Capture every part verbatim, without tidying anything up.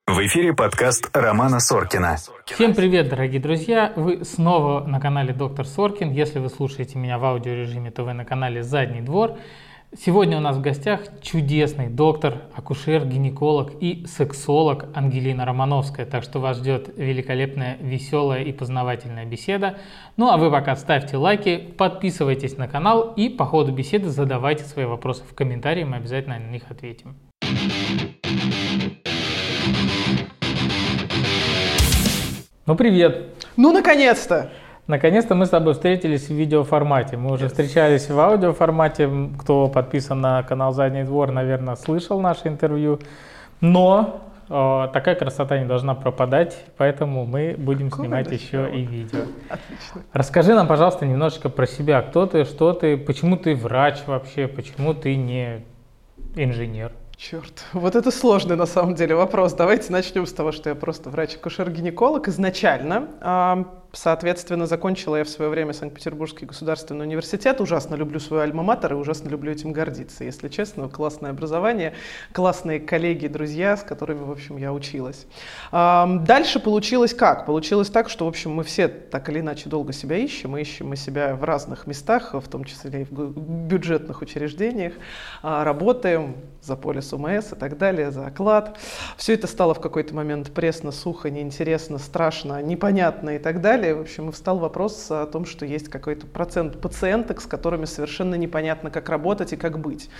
В эфире подкаст Романа Соркина. Всем привет, дорогие друзья! Вы снова на канале Доктор Соркин. Если вы слушаете меня в аудиорежиме, то вы на канале Задний двор. Сегодня у нас в гостях чудесный доктор, акушер, гинеколог и сексолог Ангелина Романовская. Так что вас ждет великолепная, веселая и познавательная беседа. Ну а вы пока ставьте лайки, подписывайтесь на канал и по ходу беседы задавайте свои вопросы в комментарии, мы обязательно на них ответим. Ну привет! Ну наконец-то! Наконец-то мы с тобой встретились в видеоформате. Мы уже yes. встречались в аудиоформате. Кто подписан на канал Задний двор, наверное, слышал наше интервью. Но э, такая красота не должна пропадать, поэтому мы будем Куда снимать еще и видео. Отлично. Расскажи нам, пожалуйста, немножечко про себя. Кто ты, что ты, почему ты врач вообще, почему ты не инженер? Черт, вот это сложный на самом деле вопрос. Давайте начнем с того, что я просто врач-акушер-гинеколог изначально. Соответственно, закончила я в свое время Санкт-Петербургский государственный университет. Ужасно люблю свой альма-матер и ужасно люблю этим гордиться. Если честно, классное образование, классные коллеги, друзья, с которыми, в общем, я училась. Дальше получилось как? Получилось так, что, в общем, мы все так или иначе долго себя ищем. Мы ищем мы себя в разных местах, в том числе и в бюджетных учреждениях. Работаем за полис ОМС и так далее, за оклад. Все это стало в какой-то момент пресно, сухо, неинтересно, страшно, непонятно и так далее. В общем, и встал вопрос о том, что есть какой-то процент пациенток, с которыми совершенно непонятно, как работать и как быть.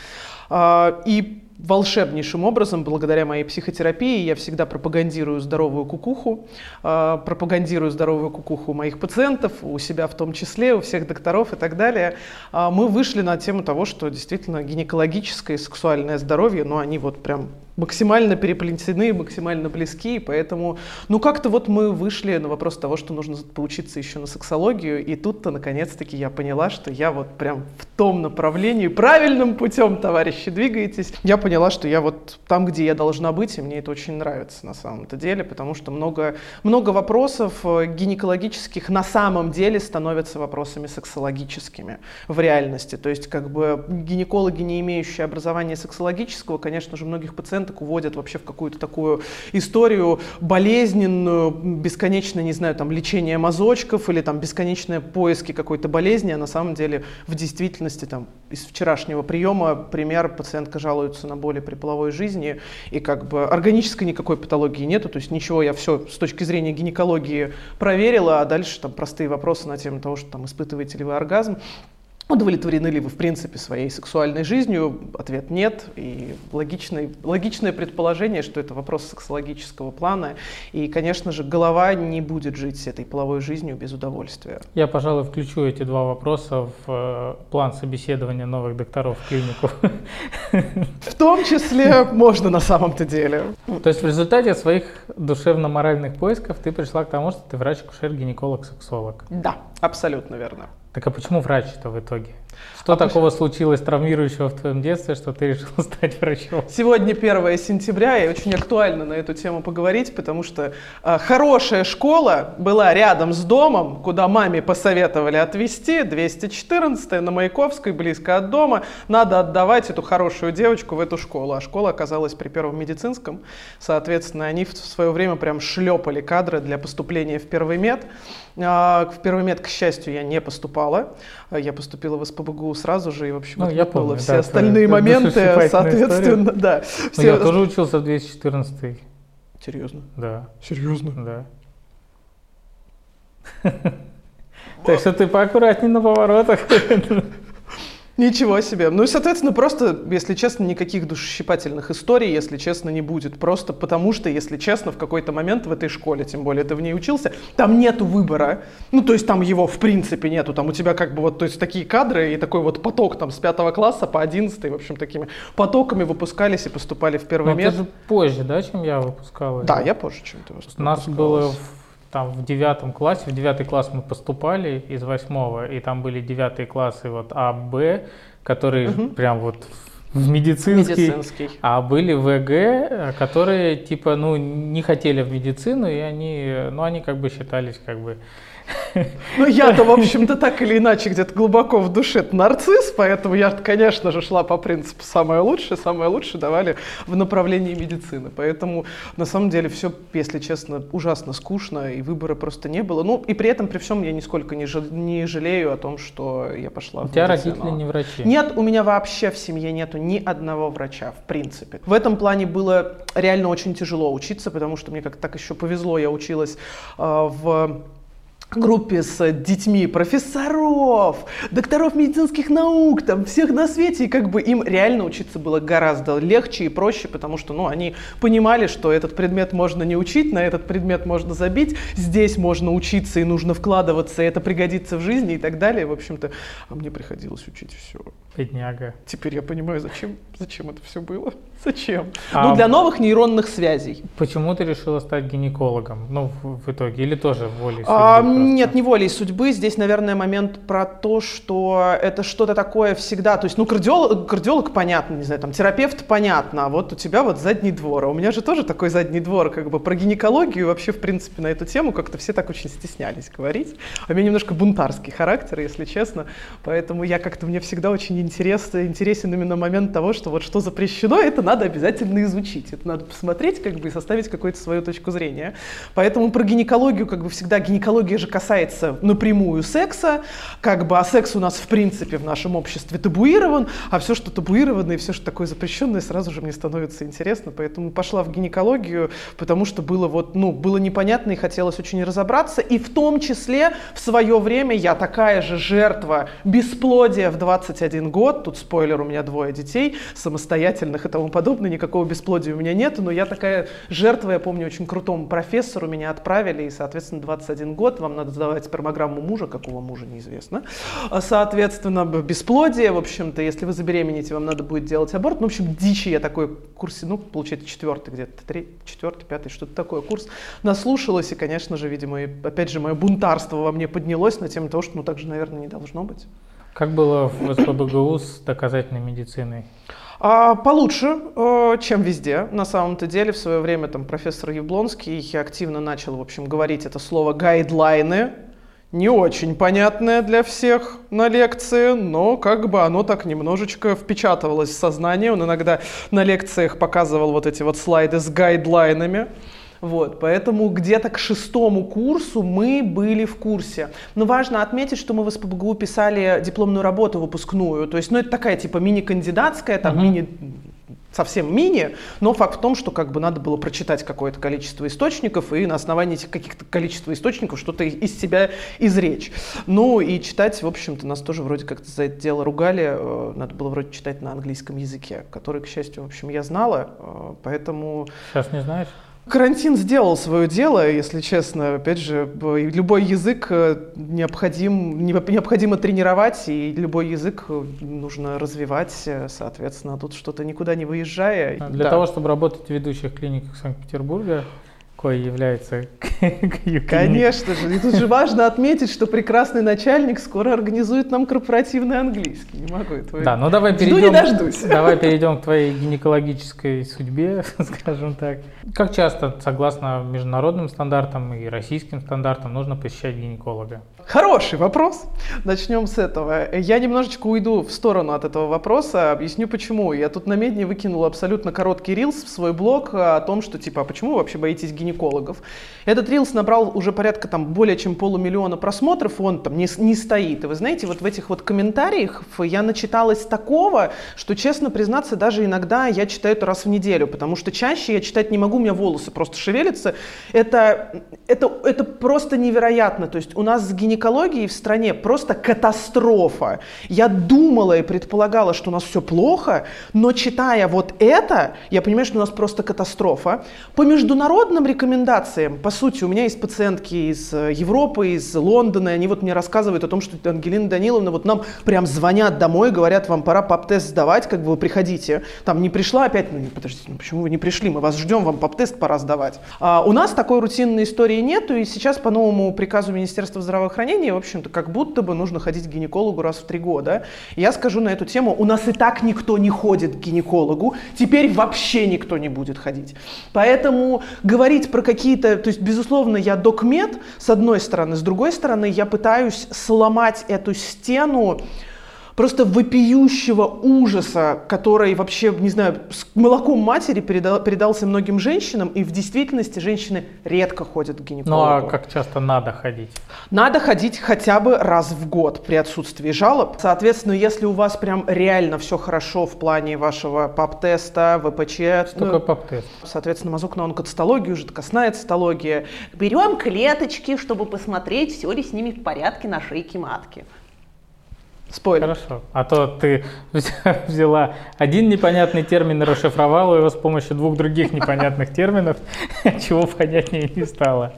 И волшебнейшим образом, благодаря моей психотерапии, я всегда пропагандирую здоровую кукуху, пропагандирую здоровую кукуху у моих пациентов, у себя в том числе, у всех докторов и так далее. Мы вышли на тему того, что действительно гинекологическое и сексуальное здоровье, ну, они вот прям максимально переплетены, максимально близки, поэтому, ну, как-то вот мы вышли на вопрос того, что нужно поучиться еще на сексологию, и тут-то, наконец-таки, я поняла, что я вот прям в том направлении, правильным путем, товарищи, двигаетесь. Я поняла, что я вот там, где я должна быть, и мне это очень нравится на самом-то деле, потому что много, много вопросов гинекологических на самом деле становятся вопросами сексологическими в реальности. То есть, как бы, гинекологи, не имеющие образования сексологического, конечно же, многих пациентов уводят вообще в какую-то такую историю болезненную, бесконечное, не знаю, там, лечение мазочков или там бесконечные поиски какой-то болезни, а на самом деле в действительности там из вчерашнего приема пример: пациентка жалуется на боли при половой жизни, и как бы органической никакой патологии нету, то есть ничего, я все с точки зрения гинекологии проверила, а дальше там простые вопросы на тему того, что там испытываете ли вы оргазм, удовлетворены ли вы, в принципе, своей сексуальной жизнью? Ответ нет. И логичное, логичное предположение, что это вопрос сексологического плана. И, конечно же, голова не будет жить этой половой жизнью без удовольствия. Я, пожалуй, включу эти два вопроса в э, план собеседования новых докторов в клинику. В том числе можно на самом-то деле. То есть в результате своих душевно-моральных поисков ты пришла к тому, что ты врач-акушер, гинеколог, сексолог? Да, абсолютно верно. Так а почему врач-то в итоге? Что а такого пусть... случилось травмирующего в твоем детстве, что ты решил стать врачом? Сегодня первое сентября, и очень актуально на эту тему поговорить, потому что э, хорошая школа была рядом с домом, куда маме посоветовали отвезти, двести четырнадцатая на Маяковской, близко от дома. Надо отдавать эту хорошую девочку в эту школу. А школа оказалась при Первом медицинском. Соответственно, они в свое время прям шлепали кадры для поступления в Первый мед. Э, в Первый мед, к счастью, я не поступала. Я поступила в СПбГУ сразу же, и, в общем, ну, я помню, все да, остальные это, моменты, это соответственно, да. Все... Я тоже учился в двести четырнадцатой. Серьезно? Да. Серьезно? Да. Так что ты поаккуратней на поворотах. Ничего себе. Ну и, соответственно, просто, если честно, никаких душещипательных историй, если честно, не будет. Просто потому что, если честно, в какой-то момент в этой школе, тем более ты в ней учился, там нету выбора. Ну, то есть там его в принципе нету. Там у тебя как бы вот, то есть такие кадры и такой вот поток там с пятого класса по одиннадцатый, в общем, такими потоками выпускались и поступали в Первый мед. Это же позже, да, чем я выпускалась? Да, я позже, чем ты выпускалась. У нас было там в девятом классе, в девятый класс мы поступали из восьмого, и там были девятые классы вот А, Б, которые угу. прям вот в медицинский, медицинский, а были В Г, которые типа ну не хотели в медицину, и они, ну они как бы считались как бы Ну, я-то, в общем-то, так или иначе где-то глубоко в душе нарцисс, поэтому я, конечно же, шла по принципу «самое лучшее», «самое лучшее» давали в направлении медицины. Поэтому, на самом деле, все, если честно, ужасно скучно, и выбора просто не было. Ну, и при этом, при всем, я нисколько не, жал, не жалею о том, что я пошла у в тебя медицину. родители не врачи? Нет, у меня вообще в семье нету ни одного врача, в принципе. В этом плане было реально очень тяжело учиться, потому что мне как-то так еще повезло, я училась э, в группе с детьми профессоров, докторов медицинских наук, там всех на свете, и как бы им реально учиться было гораздо легче и проще, потому что, ну, они понимали, что этот предмет можно не учить, на этот предмет можно забить, здесь можно учиться и нужно вкладываться, и это пригодится в жизни и так далее, в общем-то, а мне приходилось учить все. Бедняга. Теперь я понимаю, зачем, зачем это все было, зачем. А ну, для новых нейронных связей. Почему ты решила стать гинекологом, ну, в, в итоге, или тоже волей судьбы? А, нет, не волей судьбы. Здесь, наверное, момент про то, что это что-то такое всегда. То есть, ну, кардиолог, кардиолог понятно, не знаю, там, терапевт понятно, а вот у тебя вот задний двор. А у меня же тоже такой задний двор, как бы про гинекологию вообще, в принципе, на эту тему как-то все так очень стеснялись говорить. А у меня немножко бунтарский характер, если честно. Поэтому я как-то, мне всегда очень интересен, интересен именно момент того, что вот что запрещено, это надо обязательно изучить. Это надо посмотреть, как бы, и составить какую-то свою точку зрения. Поэтому про гинекологию, как бы, всегда гинекология же касается напрямую секса, как бы, а секс у нас в принципе в нашем обществе табуирован, а все, что табуировано и все, что такое запрещенное, сразу же мне становится интересно, поэтому пошла в гинекологию, потому что было вот, ну, было непонятно и хотелось очень разобраться, и в том числе в свое время я такая же жертва бесплодия в двадцать один год, тут спойлер, у меня двое детей, самостоятельных и тому подобное, никакого бесплодия у меня нет, но я такая жертва, я помню, очень крутому профессору меня отправили, и, соответственно, двадцать один год, вам надо сдавать спермограмму мужа, какого мужа неизвестно, соответственно, бесплодие, в общем-то, если вы забеременеете, вам надо будет делать аборт, ну, в общем, дичи я такой курс, ну, получается, четвертый где-то, третий, четвертый, пятый, что-то такое курс, наслушалась, и, конечно же, видимо, и, опять же, мое бунтарство во мне поднялось на тему того, что, ну, так же, наверное, не должно быть. Как было в СПбГУ с доказательной медициной? А, получше, э, чем везде. На самом-то деле, в свое время там профессор Яблонский активно начал, в общем, говорить это слово «гайдлайны». Не очень понятное для всех на лекции, но как бы оно так немножечко впечатывалось в сознание. Он иногда на лекциях показывал вот эти вот слайды с гайдлайнами. Вот, поэтому где-то к шестому курсу мы были в курсе. Но важно отметить, что мы в СПбГУ писали дипломную работу выпускную. То есть, ну, это такая типа мини-кандидатская, там, uh-huh. мини... совсем мини, но факт в том, что как бы надо было прочитать какое-то количество источников и на основании этих каких-то количества источников что-то из себя изречь. Ну и читать, в общем-то, нас тоже вроде как за это дело ругали, надо было вроде читать на английском языке, который, к счастью, в общем, я знала, поэтому... Сейчас не знаешь? Карантин сделал свое дело, если честно. Опять же, любой язык необходим, необходимо тренировать, и любой язык нужно развивать, соответственно, тут что-то никуда не выезжая. Для да. того, чтобы работать в ведущих клиниках Санкт-Петербурга, кое является... Конечно же. И тут же важно отметить, что прекрасный начальник скоро организует нам корпоративный английский. Не могу этого... Да, ну давай перейдем... Жду не дождусь. Давай перейдем к твоей гинекологической судьбе, скажем так. Как часто, согласно международным стандартам и российским стандартам, нужно посещать гинеколога? Хороший вопрос. Начнем с этого. Я немножечко уйду в сторону от этого вопроса, объясню почему. Я тут на медне выкинул абсолютно короткий рилс в свой блог о том, что типа, а почему вы вообще боитесь гинекологов? Этот рилс набрал уже порядка там более чем полумиллиона просмотров, он там не, не стоит. И вы знаете, вот в этих вот комментариях я начиталась такого, что, честно признаться, даже иногда я читаю это раз в неделю, потому что чаще я читать не могу, у меня волосы просто шевелятся. Это, это, это просто невероятно. То есть у нас с гинекологией в стране просто катастрофа. Я думала и предполагала, что у нас все плохо, но читая вот это, я понимаю, что у нас просто катастрофа. По международным рекомендациям, по сути, у меня есть пациентки из Европы, из Лондона, и они вот мне рассказывают о том, что Ангелина Даниловна, вот нам прям звонят домой, говорят, вам пора пап-тест сдавать, как бы вы приходите. Там не пришла опять, ну подождите, ну почему вы не пришли, мы вас ждем, вам пап-тест пора сдавать. А у нас такой рутинной истории нету, и сейчас по новому приказу Министерства здравоохранения здравоохранения, в общем-то, как будто бы нужно ходить к гинекологу раз в три года. Я скажу на эту тему, у нас и так никто не ходит к гинекологу, теперь вообще никто не будет ходить. Поэтому говорить про какие-то, то есть, безусловно, я докмед, с одной стороны, с другой стороны, я пытаюсь сломать эту стену просто вопиющего ужаса, который вообще, не знаю, с молоком матери передал, передался многим женщинам, и в действительности женщины редко ходят к гинекологу. Ну а как часто надо ходить? Надо ходить хотя бы раз в год при отсутствии жалоб. Соответственно, если у вас прям реально все хорошо в плане вашего пап-теста, ВПЧ... Что ну, такое пап-тест? Соответственно, мазок на онкоцитологию, жидкостная цитология. Берем клеточки, чтобы посмотреть, все ли с ними в порядке на шейке матки. Спойлер. Хорошо. А то ты взяла один непонятный термин и расшифровала его с помощью двух других непонятных терминов, чего понятнее не стало.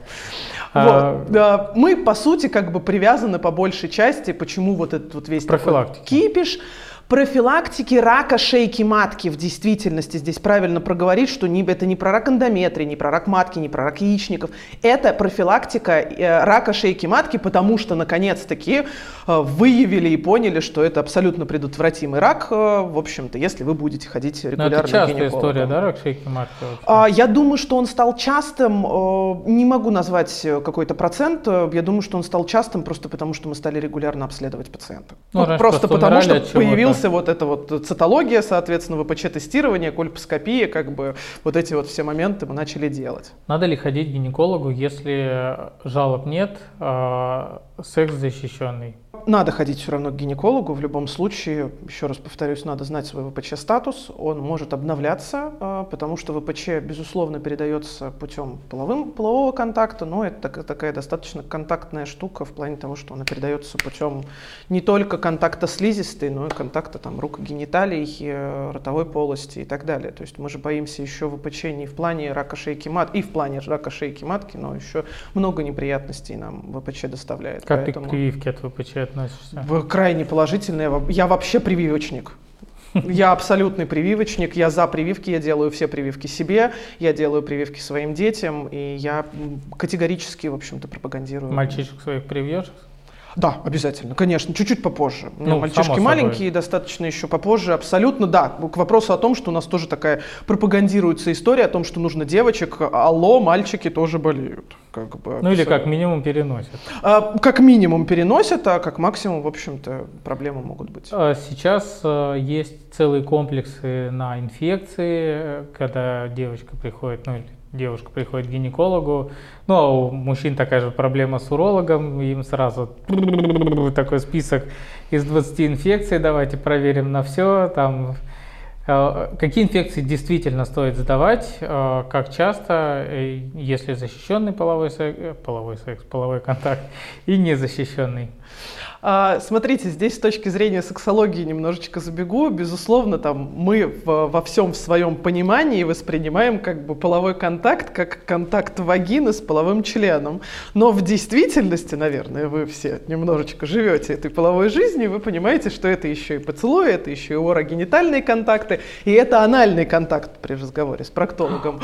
Вот. А... Мы, по сути, как бы привязаны по большей части, почему вот этот вот весь такой кипиш, профилактики рака шейки матки. В действительности здесь правильно проговорить, что не, это не про рак эндометрия, не про рак матки, не про рак яичников. Это профилактика э, рака шейки матки, потому что наконец-таки э, выявили и поняли, что это абсолютно предотвратимый рак, э, в общем-то, если вы будете ходить регулярно к гинекологу. Это частая история, да, рак шейки матки? А, я думаю, что он стал частым, э, не могу назвать какой-то процент, э, я думаю, что он стал частым просто потому, что мы стали регулярно обследовать пациента. Ну, ну, просто потому, что появился вот эта вот цитология, соответственно, ВПЧ-тестирование, кольпоскопия, как бы вот эти вот все моменты мы начали делать. Надо ли ходить к гинекологу, если жалоб нет, а секс защищенный? Надо ходить все равно к гинекологу, в любом случае, еще раз повторюсь, надо знать свой ВПЧ-статус, он может обновляться, потому что ВПЧ, безусловно, передается путем половым, полового контакта, но это такая достаточно контактная штука в плане того, что она передается путем не только контакта слизистой, но и контакта там, рук, гениталий, ротовой полости и так далее. То есть мы же боимся еще ВПЧ не в плане рака шейки матки, и в плане рака шейки матки, но еще много неприятностей нам ВПЧ доставляет. Как Поэтому... ты к прививке от ВПЧ относишься? Крайне положительная. Я вообще прививочник. Я абсолютный прививочник. Я за прививки. Я делаю все прививки себе. Я делаю прививки своим детям. И я категорически, в общем-то, пропагандирую. Мальчишек своих привьешь? Да, обязательно, конечно, чуть-чуть попозже. У меня ну, мальчишки маленькие, достаточно еще попозже, абсолютно, да. К вопросу о том, что у нас тоже такая пропагандируется история о том, что нужно девочек, алло, мальчики тоже болеют. Как бы, ну или как минимум переносят. А, как минимум переносят, а как максимум, в общем-то, проблемы могут быть. Сейчас а, есть целые комплексы на инфекции, когда девочка приходит, ну или девушка приходит к гинекологу, ну а у мужчин такая же проблема с урологом, им сразу такой список из двадцати инфекций, давайте проверим на все, там, какие инфекции действительно стоит сдавать, как часто, если защищенный половой секс, половой секс, половой контакт и незащищенный. Смотрите, здесь с точки зрения сексологии немножечко забегу. Безусловно, там мы в, во всем в своем понимании воспринимаем как бы половой контакт как контакт вагины с половым членом. Но в действительности, наверное, вы все немножечко живете этой половой жизнью, вы понимаете, что это еще и поцелуи, это еще и орогенитальные контакты, и это анальный контакт при разговоре с проктологом.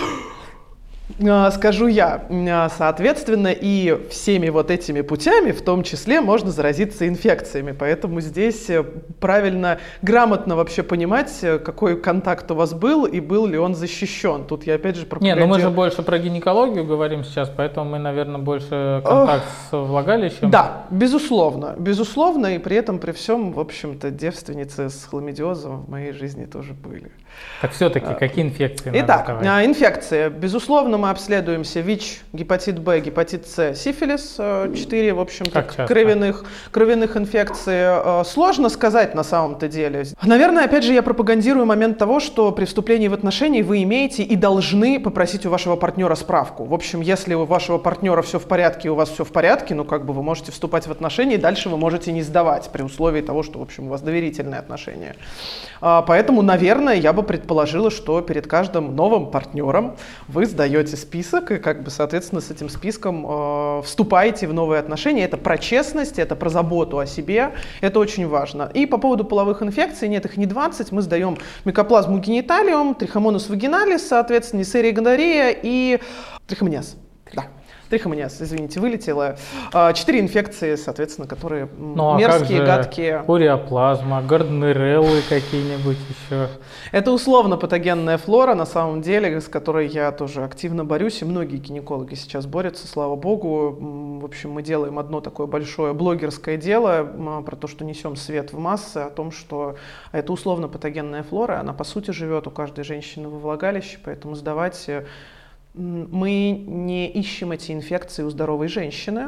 Скажу я, соответственно, и всеми вот этими путями, в том числе, можно заразиться инфекциями. Поэтому здесь правильно, грамотно вообще понимать, какой контакт у вас был и был ли он защищен. Тут я опять же пропагандирую. Не, ну мы же больше про гинекологию говорим сейчас, поэтому мы, наверное, больше контакт Ох, с влагалищем. Да, безусловно, безусловно, и при этом, при всем, в общем-то, девственницы с хламидиозом в моей жизни тоже были. Так все-таки, а, какие инфекции Итак, надо сдавать? Инфекции. Безусловно, мы обследуемся ВИЧ, гепатит Б, гепатит С, сифилис. Четыре, в общем-то, кровяных, кровяных инфекции. Сложно сказать на самом-то деле. Наверное, опять же, я пропагандирую момент того, что при вступлении в отношения вы имеете и должны попросить у вашего партнера справку. В общем, если у вашего партнера все в порядке, у вас все в порядке, ну как бы вы можете вступать в отношения, и дальше вы можете не сдавать, при условии того, что, в общем, у вас доверительные отношения. Поэтому, наверное, я бы предположила, что перед каждым новым партнером вы сдаете список и, как бы, соответственно, с этим списком э, вступаете в новые отношения. Это про честность, это про заботу о себе, это очень важно. И по поводу половых инфекций, нет, их не двадцать, мы сдаем микоплазму гениталиум, трихомонус вагиналис, соответственно, несерия гонорея и трихомониаз. Да. Трихомониаз, извините, вылетело. Четыре инфекции, соответственно, которые ну, мерзкие, а гадкие. Уреоплазма, гарднереллы какие-нибудь еще. Это условно патогенная флора, на самом деле, с которой я тоже активно борюсь, и многие гинекологи сейчас борются, слава богу. В общем, мы делаем одно такое большое блогерское дело про то, что несем свет в массы, о том, что это условно патогенная флора, она по сути живет у каждой женщины во влагалище, поэтому сдавать... Мы не ищем эти инфекции у здоровой женщины,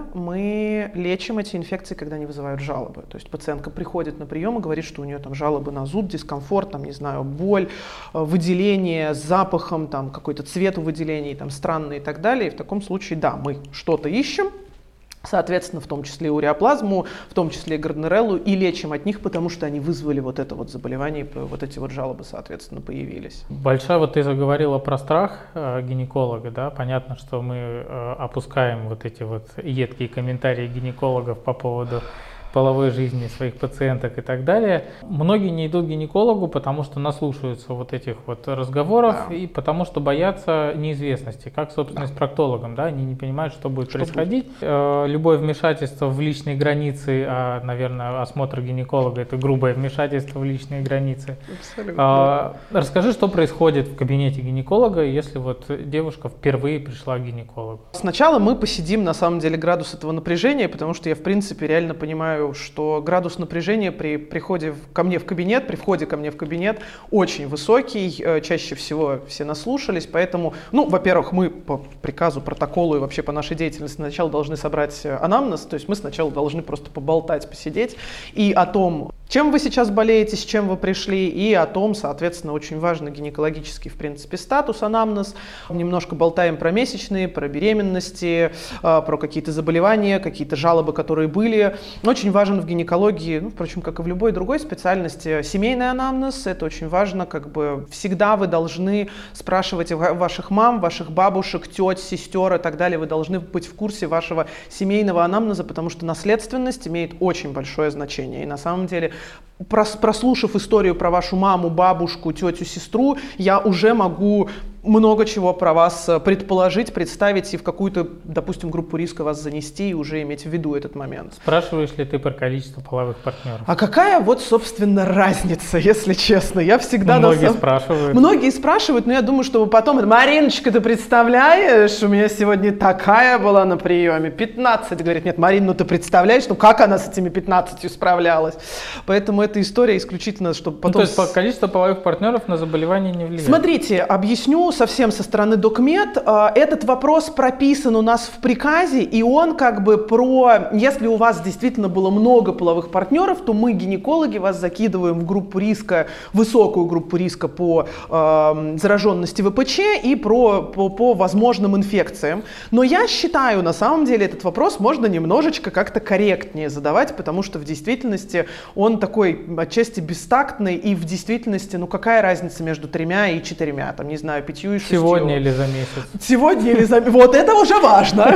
мы лечим эти инфекции, когда они вызывают жалобы. То есть пациентка приходит на прием и говорит, что у нее там жалобы на зуд, дискомфорт, там, не знаю, боль, выделение с запахом, там, какой-то цвет у выделений, там, странный и так далее. И в таком случае, да, мы что-то ищем, соответственно, в том числе уреоплазму, в том числе и гарднереллу, и лечим от них, потому что они вызвали вот это вот заболевание, вот эти вот жалобы, соответственно, появились. Большая, вот ты заговорила про страх э, гинеколога, да, понятно, что мы э, опускаем вот эти вот едкие комментарии гинекологов по поводу половой жизни своих пациенток и так далее. Многие не идут к гинекологу, потому что наслушаются вот этих вот разговоров, да. И потому что боятся неизвестности, как, собственно, да. И с проктологом, да, они не понимают, что будет что происходить. Будет? Любое вмешательство в личные границы, а, наверное, осмотр гинеколога – это грубое вмешательство в личные границы. Абсолютно. А, расскажи, что происходит в кабинете гинеколога, если вот девушка впервые пришла к гинекологу. Сначала мы посидим, на самом деле, градус этого напряжения, потому что я, в принципе, реально понимаю, что градус напряжения при приходе ко мне в кабинет, при входе ко мне в кабинет очень высокий, чаще всего все наслушались, поэтому, ну, во-первых, мы по приказу, протоколу и вообще по нашей деятельности сначала должны собрать анамнез, то есть мы сначала должны просто поболтать, посидеть и о том, чем вы сейчас болеете, с чем вы пришли, и о том, соответственно, очень важный гинекологический, в принципе, статус, анамнез. Немножко болтаем про месячные, про беременности, про какие-то заболевания, какие-то жалобы, которые были. Очень важен в гинекологии, ну, впрочем, как и в любой другой специальности, семейный анамнез. Это очень важно, как бы всегда вы должны спрашивать ваших мам, ваших бабушек, теть, сестер и так далее. Вы должны быть в курсе вашего семейного анамнеза, потому что наследственность имеет очень большое значение. И на самом деле, прослушав историю про вашу маму, бабушку, тетю, сестру, я уже могу много чего про вас предположить, представить и в какую-то, допустим, группу риска вас занести и уже иметь в виду этот момент. Спрашиваешь ли ты про количество половых партнеров? А какая вот, собственно, разница, если честно? Я всегда... Многие сам... спрашивают. Многие спрашивают, но я думаю, что потом... Мариночка, ты представляешь, у меня сегодня такая была на приеме, пятнадцать. Говорит, нет, Марин, ну ты представляешь, ну как она с этими пятнадцатью справлялась? Поэтому эта история исключительно, чтобы потом... Ну, то есть количество половых партнеров на заболевание не влияет? Смотрите, объясню совсем со стороны Докмед. Этот вопрос прописан у нас в приказе, и он как бы про, если у вас действительно было много половых партнеров, то мы, гинекологи, вас закидываем в группу риска, высокую группу риска по э, зараженности ВПЧ и про, по, по возможным инфекциям. Но я считаю, на самом деле, этот вопрос можно немножечко как-то корректнее задавать, потому что в действительности он такой отчасти бестактный, и в действительности, ну какая разница между тремя и четырьмя, там, не знаю, пятью и шестью. Сегодня или за месяц? Сегодня или за месяц. Вот это уже важно.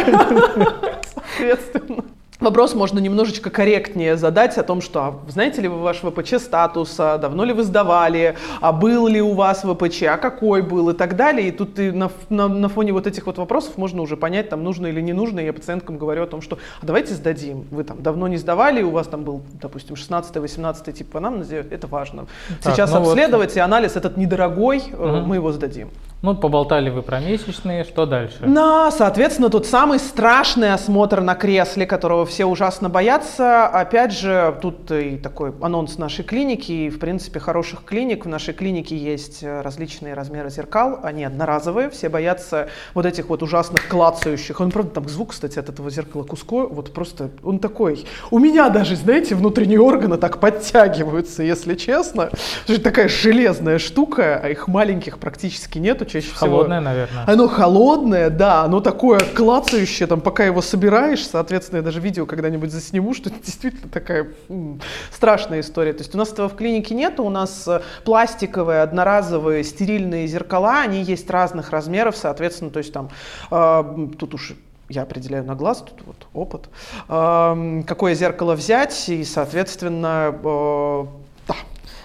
Соответственно. Вопрос можно немножечко корректнее задать о том, что, а знаете ли вы ваш ВПЧ статус, а давно ли вы сдавали, а был ли у вас ВПЧ, а какой был и так далее. И тут и на, на, на фоне вот этих вот вопросов можно уже понять, там нужно или не нужно. И я пациенткам говорю о том, что а давайте сдадим. Вы там давно не сдавали, у вас там был, допустим, шестнадцатый-восемнадцатый тип в анамнезе, это важно. Сейчас так, ну обследовать, вот... и анализ этот недорогой, угу. Мы его сдадим. Ну, поболтали вы про месячные, что дальше? На, соответственно, тот самый страшный осмотр на кресле, которого все ужасно боятся. Опять же, тут и такой анонс нашей клиники, и, в принципе, хороших клиник. В нашей клинике есть различные размеры зеркал, они одноразовые, все боятся вот этих вот ужасных клацающих. Он, правда, там звук, кстати, от этого зеркала Куско, вот просто он такой. У меня даже, знаете, внутренние органы так подтягиваются, если честно. Это такая железная штука, а их маленьких практически нету. Чаще всего. Холодное, наверное. Оно холодное, да, оно такое клацающее, там, пока его собираешь, соответственно, я даже видео когда-нибудь засниму, что это действительно такая м, страшная история. То есть у нас этого в клинике нету, у нас пластиковые, одноразовые, стерильные зеркала, они есть разных размеров, соответственно, то есть там, э, тут уж я определяю на глаз, тут вот опыт, э, какое зеркало взять, и, соответственно, э, да.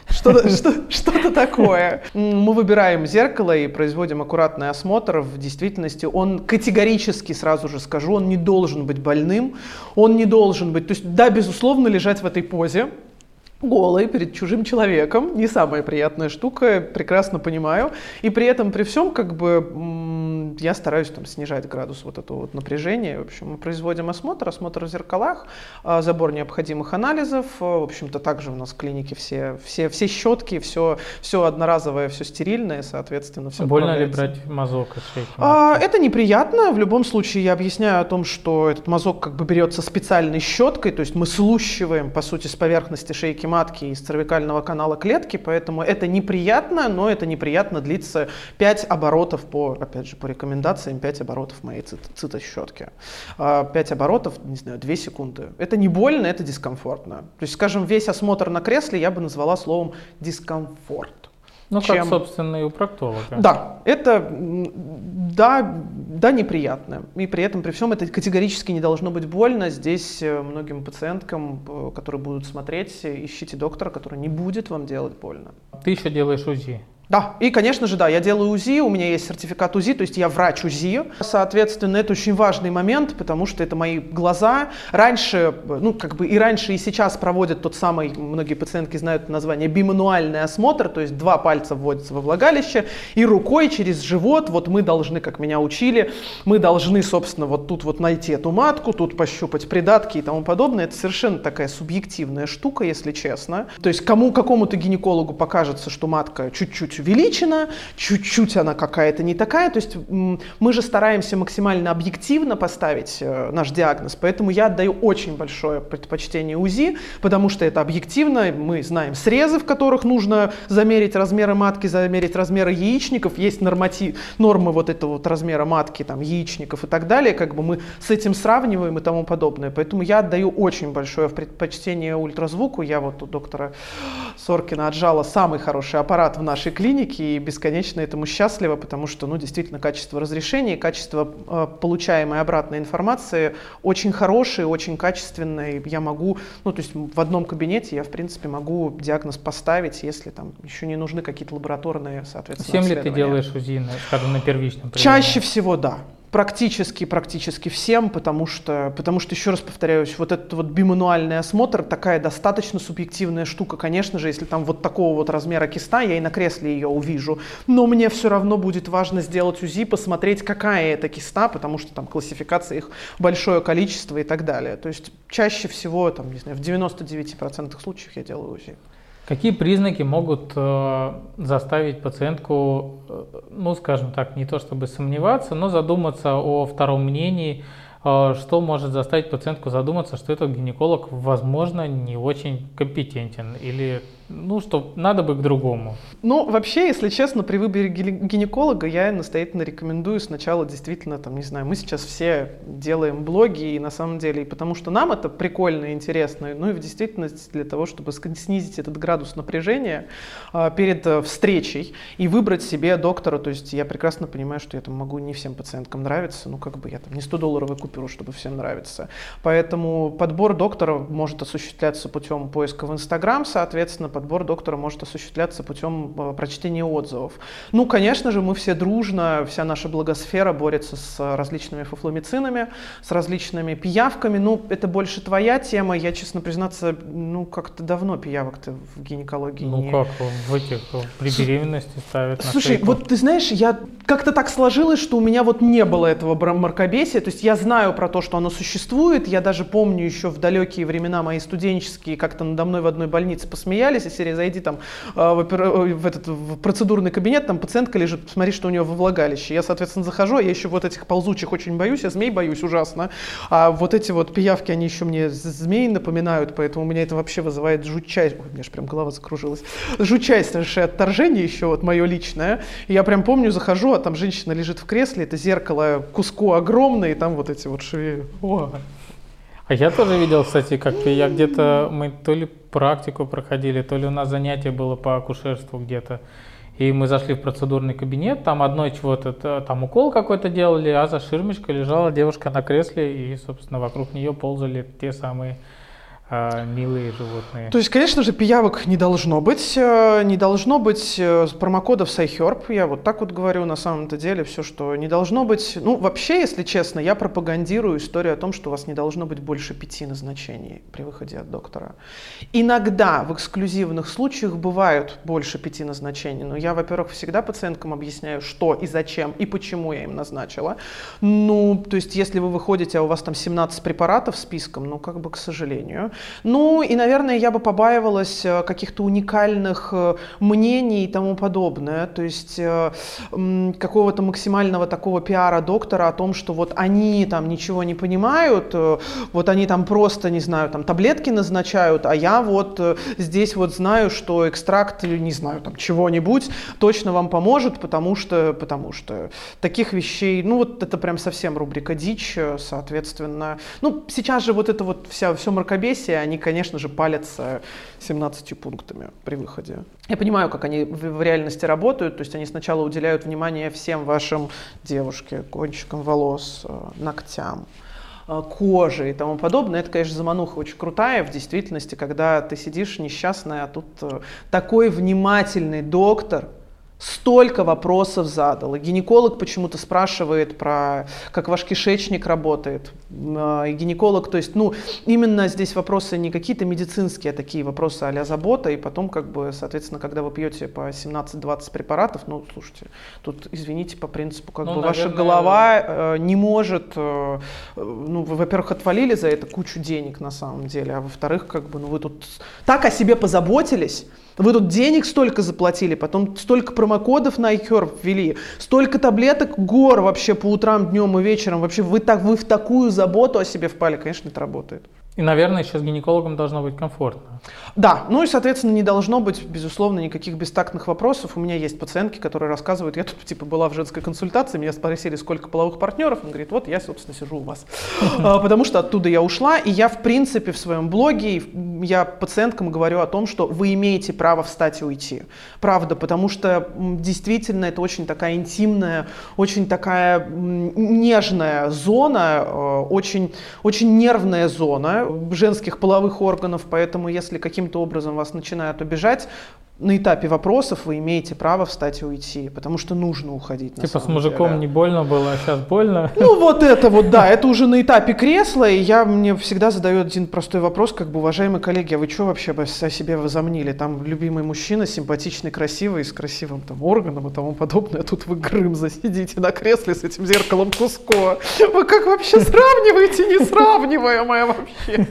Что-то, что, что-то такое. Мы выбираем зеркало и производим аккуратный осмотр. В действительности он категорически, сразу же скажу, он не должен быть больным, он не должен быть, то есть, да, безусловно, лежать в этой позе, голый перед чужим человеком, не самая приятная штука, прекрасно понимаю. И при этом, при всем, как бы, я стараюсь там снижать градус вот этого вот напряжения. В общем, мы производим осмотр, осмотр в зеркалах, забор необходимых анализов. В общем-то, также у нас в клинике все, все, все щетки, все, все одноразовое, все стерильное, соответственно, все. Больно ли брать мазок из шейки? А, это неприятно. В любом случае, я объясняю о том, что этот мазок как бы берется специальной щеткой, то есть мы слущиваем, по сути, с поверхности шейки матки из цервикального канала клетки, поэтому это неприятно, но это неприятно длится пять оборотов по, опять же, по рекомендациям, пять оборотов моей цит- цитощетки. пять оборотов, не знаю, две секунды. Это не больно, это дискомфортно. То есть, скажем, весь осмотр на кресле я бы назвала словом дискомфорт. Ну, чем... как, собственно, и у проктолога. Да, это, да, да, неприятно. И при этом, при всем, это категорически не должно быть больно. Здесь многим пациенткам, которые будут смотреть, ищите доктора, который не будет вам делать больно. Ты еще делаешь УЗИ. Да, и, конечно же, да, я делаю УЗИ, у меня есть сертификат УЗИ, то есть я врач УЗИ. Соответственно, это очень важный момент, потому что это мои глаза. Раньше, ну, как бы и раньше, и сейчас проводят тот самый, многие пациентки знают название, бимануальный осмотр, то есть два пальца вводятся во влагалище, и рукой через живот, вот мы должны, как меня учили, мы должны, собственно, вот тут вот найти эту матку, тут пощупать придатки и тому подобное. Это совершенно такая субъективная штука, если честно. То есть кому, какому-то гинекологу покажется, что матка чуть-чуть увеличена, чуть-чуть она какая-то не такая, то есть мы же стараемся максимально объективно поставить наш диагноз, поэтому я отдаю очень большое предпочтение УЗИ, потому что это объективно, мы знаем срезы, в которых нужно замерить размеры матки, замерить размеры яичников, есть норматив, нормы вот этого вот размера матки, там, яичников и так далее, как бы мы с этим сравниваем и тому подобное, поэтому я отдаю очень большое предпочтение ультразвуку, я вот у доктора Соркина отжала самый хороший аппарат в нашей клинике, и бесконечно этому счастлива, потому что, ну, действительно, качество разрешения, качество э, получаемой обратной информации очень хорошее, очень качественное. Я могу, ну, то есть в одном кабинете я, в принципе, могу диагноз поставить, если там еще не нужны какие-то лабораторные, соответственно, Всем ли ты делаешь УЗИ, скажем, на первичном приеме? Чаще всего, да. Практически, практически всем, потому что, потому что, еще раз повторяюсь, вот этот вот бимануальный осмотр такая достаточно субъективная штука. Конечно же, если там вот такого вот размера киста, я и на кресле ее увижу, но мне все равно будет важно сделать УЗИ, посмотреть, какая это киста, потому что там классификация их большое количество и так далее. То есть чаще всего, там, не знаю, в девяноста девяти процентах случаев я делаю УЗИ. Какие признаки могут э, заставить пациентку, э, ну, скажем так, не то чтобы сомневаться, но задуматься о втором мнении, э, что может заставить пациентку задуматься, что этот гинеколог, возможно, не очень компетентен или, ну, что надо бы к другому? Ну, вообще, если честно, при выборе гинеколога я настоятельно рекомендую сначала действительно, там, не знаю, мы сейчас все делаем блоги, и на самом деле, и потому что нам это прикольно и интересно, ну и в действительности для того, чтобы снизить этот градус напряжения э, перед э, встречей и выбрать себе доктора, то есть я прекрасно понимаю, что я там могу не всем пациенткам нравиться, ну как бы я там не сто долларовую купюру, чтобы всем нравиться, поэтому подбор доктора может осуществляться путем поиска в Инстаграм, соответственно, подбор доктора может осуществляться путем э, прочтения отзывов. Ну, конечно же, мы все дружно, вся наша благосфера борется с различными фуфломицинами, с различными пиявками. Ну, это больше твоя тема. Я, честно признаться, ну, как-то давно пиявок-то в гинекологии ну, не... как в этих, при беременности ставят на Слушай, шейку. вот ты знаешь, я как-то так сложилось, что у меня вот не было этого мракобесия. То есть я знаю про то, что оно существует. Я даже помню еще в далекие времена мои студенческие, как-то надо мной в одной больнице посмеялись, из серии «Зайди там в, в этот в процедурный кабинет, там пациентка лежит, посмотри, что у нее во влагалище». Я, соответственно, захожу, а я еще вот этих ползучих очень боюсь, я змей боюсь ужасно. А вот эти вот пиявки, они еще мне змей напоминают, поэтому у меня это вообще вызывает жутчайшее, ой, у меня же прям голова закружилась, жутчайшее отторжение еще вот мое личное. И я прям помню, захожу, а там женщина лежит в кресле, это зеркало куску огромное, и там вот эти вот шеи. О. А я тоже видел, кстати, как я где-то, мы то ли практику проходили, то ли у нас занятие было по акушерству где-то. И мы зашли в процедурный кабинет, там одной чего-то, там укол какой-то делали, а за ширмочкой лежала девушка на кресле, и, собственно, вокруг нее ползали те самые а милые животные. То есть, конечно же, пиявок не должно быть, не должно быть промокодов с iHerb, я вот так вот говорю, на самом-то деле, все, что не должно быть. Ну, вообще, если честно, я пропагандирую историю о том, что у вас не должно быть больше пяти назначений при выходе от доктора. Иногда в эксклюзивных случаях бывают больше пяти назначений, но я, во-первых, всегда пациенткам объясняю, что и зачем, и почему я им назначила. Ну, то есть, если вы выходите, а у вас там семнадцать препаратов списком, ну, как бы, к сожалению. Ну и, наверное, я бы побаивалась каких-то уникальных мнений и тому подобное, то есть какого-то максимального такого пиара доктора о том, что вот они там ничего не понимают, вот они там просто, не знаю, там таблетки назначают, а я вот здесь вот знаю, что экстракт, не знаю, там чего-нибудь точно вам поможет, потому что, потому что таких вещей, ну вот это прям совсем рубрика дичь, соответственно. Ну сейчас же вот это вот вся, все мракобесие, они, конечно же, палятся семнадцатью пунктами при выходе. Я понимаю, как они в, в реальности работают, то есть они сначала уделяют внимание всем вашим девушке, кончикам волос, ногтям, коже и тому подобное. Это, конечно, замануха очень крутая в действительности, когда ты сидишь несчастная, а тут такой внимательный доктор столько вопросов задал. И гинеколог почему-то спрашивает про, как ваш кишечник работает. И гинеколог, то есть, ну, именно здесь вопросы не какие-то медицинские, а такие вопросы а-ля забота. И потом, как бы, соответственно, когда вы пьете по семнадцать-двадцать препаратов, ну, слушайте, тут, извините, по принципу, как ну, бы, наверное, ваша голова э, не может, э, ну, вы, во-первых, отвалили за это кучу денег на самом деле, а во-вторых, как бы, ну, вы тут так о себе позаботились, вы тут денег столько заплатили, потом столько промокодов на iHerb ввели, столько таблеток, гор вообще по утрам, днем и вечером. Вообще вы, так, вы в такую заботу о себе впали, конечно, это работает. И, наверное, еще с гинекологом должно быть комфортно. Да, ну и, соответственно, не должно быть, безусловно, никаких бестактных вопросов. У меня есть пациентки, которые рассказывают, я тут типа была в женской консультации, меня спросили, сколько половых партнеров, он говорит, вот я, собственно, сижу у вас. Потому что оттуда я ушла, и я, в принципе, в своем блоге, я пациенткам говорю о том, что вы имеете право встать и уйти. Правда, потому что действительно это очень такая интимная, очень такая нежная зона, очень, очень нервная зона женских половых органов, поэтому если каким-то образом вас начинают обижать, на этапе вопросов вы имеете право встать и уйти, потому что нужно уходить. Типа с мужиком деле. Не больно было, а сейчас больно? Ну вот это вот, да, это уже на этапе кресла, и я мне всегда задаю один простой вопрос, как бы, уважаемые коллеги, а вы что вообще о себе возомнили? Там любимый мужчина, симпатичный, красивый, с красивым там органом и тому подобное, а тут вы Грым засидите на кресле с этим зеркалом Куско. Вы как вообще сравниваете несравниваемое вообще?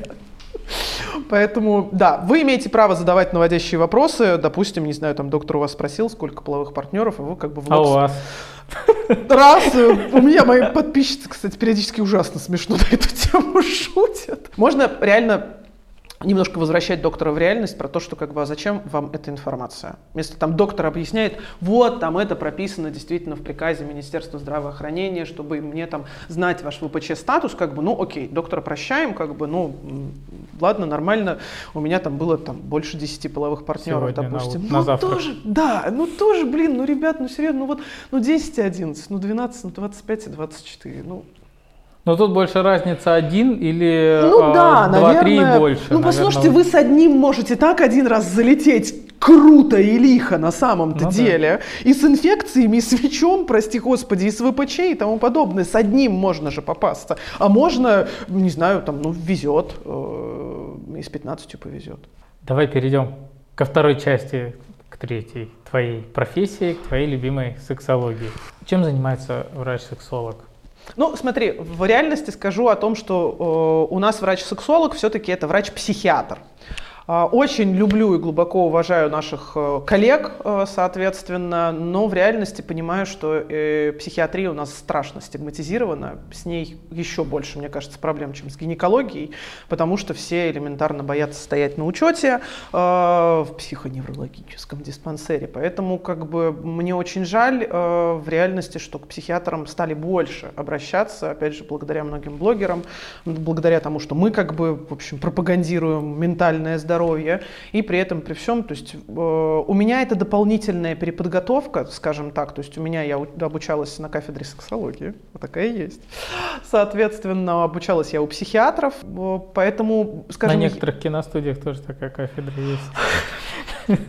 Поэтому, да, вы имеете право задавать наводящие вопросы. Допустим, не знаю, там доктор у вас спросил, сколько половых партнеров, и вы как бы... В а у вас? Раз. У меня мои подписчицы, кстати, периодически ужасно смешно на эту тему шутят. Можно реально немножко возвращать доктора в реальность про то, что как бы, а зачем вам эта информация? Если там доктор объясняет, вот там это прописано действительно в приказе Министерства здравоохранения, чтобы мне там знать ваш вэ пэ че статус, как бы, ну окей, доктора прощаем, как бы, ну ладно, нормально, у меня там было там больше десяти половых партнеров, сегодня допустим. На, на ну завтрак. тоже, да, ну тоже, блин, ну ребят, ну серьезно, ну вот, ну десять и одиннадцать, ну двенадцать, ну двадцать пять и двадцать четыре, ну... Но тут больше разница один или ну, да, два-три и больше. Ну, послушайте, наверное. Вы с одним можете так один раз залететь круто и лихо на самом-то ну, деле. Да. И с инфекциями, и с ВИЧом, прости господи, и с вэ пэ че и тому подобное. С одним можно же попасться. А можно, не знаю, там, ну, везет, э, и с пятнадцатью повезет. Давай перейдем ко второй части, к третьей. Твоей профессии, к твоей любимой сексологии. Чем занимается врач-сексолог? Ну, смотри, в реальности скажу о том, что э, у нас врач-сексолог все-таки это врач-психиатр. Очень люблю и глубоко уважаю наших коллег, соответственно, но в реальности понимаю, что психиатрия у нас страшно стигматизирована, с ней еще больше, мне кажется, проблем, чем с гинекологией, потому что все элементарно боятся стоять на учете в психоневрологическом диспансере, поэтому как бы мне очень жаль в реальности, что к психиатрам стали больше обращаться, опять же, благодаря многим блогерам, благодаря тому, что мы как бы, в общем, пропагандируем ментальное здоровье, здоровья, и при этом, при всем, то есть э, у меня это дополнительная переподготовка, скажем так, то есть у меня, я обучалась на кафедре сексологии, вот такая есть, соответственно, обучалась я у психиатров, поэтому, скажем... На некоторых киностудиях тоже такая кафедра есть.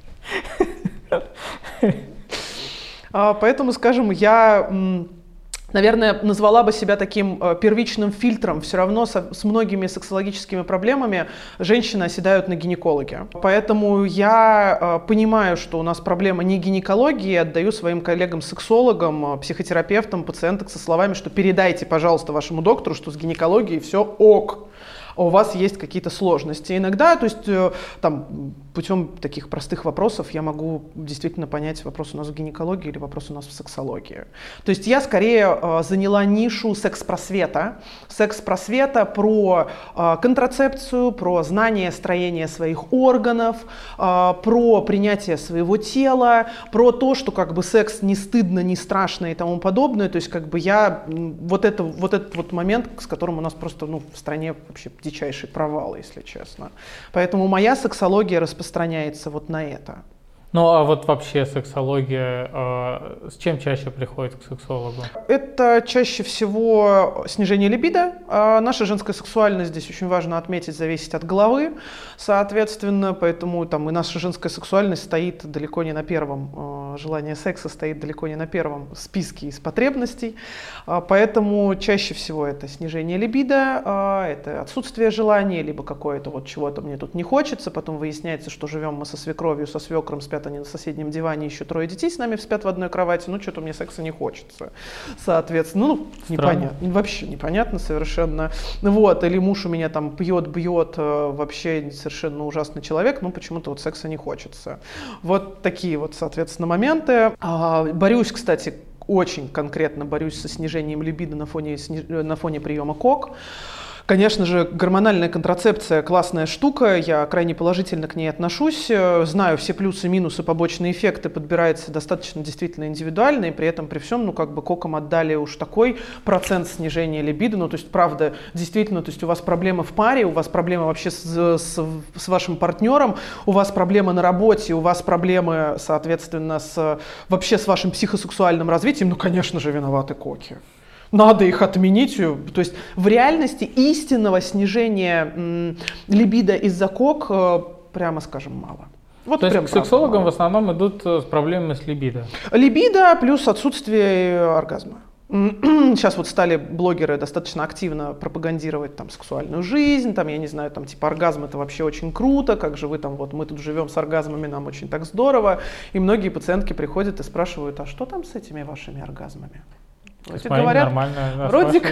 Поэтому, скажем, я... Наверное, назвала бы себя таким э, первичным фильтром. Все равно со, с многими сексологическими проблемами женщины оседают на гинекологе. Поэтому я э, понимаю, что у нас проблема не гинекологии, отдаю своим коллегам-сексологам, психотерапевтам, пациенток со словами, что передайте, пожалуйста, вашему доктору, что с гинекологией все ок. У вас есть какие-то сложности. Иногда, то есть, там, путем таких простых вопросов я могу действительно понять, вопрос у нас в гинекологии или вопрос у нас в сексологии. То есть я скорее э, заняла нишу секс-просвета. Секс-просвета про э, контрацепцию, про знание строения своих органов, э, про принятие своего тела, про то, что как бы секс не стыдно, не страшно и тому подобное. То есть как бы я вот, это, вот этот вот момент, с которым у нас просто ну, в стране вообще дичайший провал, если честно. Поэтому моя сексология распространяется вот на это. Ну а вот вообще сексология, э, с чем чаще приходит к сексологу? Это чаще всего снижение либидо. А наша женская сексуальность, здесь очень важно отметить, зависит от головы, соответственно, поэтому там и наша женская сексуальность стоит далеко не на первом, э, желание секса стоит далеко не на первом списке из потребностей, а, поэтому чаще всего это снижение либидо, а, это отсутствие желания, либо какое-то вот чего-то мне тут не хочется, потом выясняется, что живем мы со свекровью, со свекром, спят они на соседнем диване, еще трое детей с нами спят в одной кровати, ну что-то мне секса не хочется, соответственно, ну непонятно, вообще непонятно совершенно, вот, или муж у меня там пьет, бьет, вообще совершенно ужасный человек, ну почему-то вот секса не хочется, вот такие вот, соответственно, моменты. Борюсь, кстати, очень конкретно борюсь со снижением либидо на фоне, на фоне приема КОК. Конечно же, гормональная контрацепция классная штука, я крайне положительно к ней отношусь, знаю все плюсы, минусы, побочные эффекты, подбирается достаточно действительно индивидуально, и при этом при всем, ну как бы кокам отдали уж такой процент снижения либидо, ну то есть правда, действительно, то есть у вас проблемы в паре, у вас проблемы вообще с, с, с вашим партнером, у вас проблемы на работе, у вас проблемы, соответственно, с, вообще с вашим психосексуальным развитием, ну конечно же виноваты коки. Надо их отменить. То есть в реальности истинного снижения м, либидо из-за кок, э, прямо скажем, мало. Вот То есть к сексологам мало. В основном идут с проблемами с либидо? Либидо плюс отсутствие оргазма. Сейчас вот стали блогеры достаточно активно пропагандировать там сексуальную жизнь, там, я не знаю, там типа оргазм это вообще очень круто, как же вы там, вот мы тут живем с оргазмами, нам очень так здорово. И многие пациентки приходят и спрашивают, а что там с этими вашими оргазмами? Вроде говорят, вроде,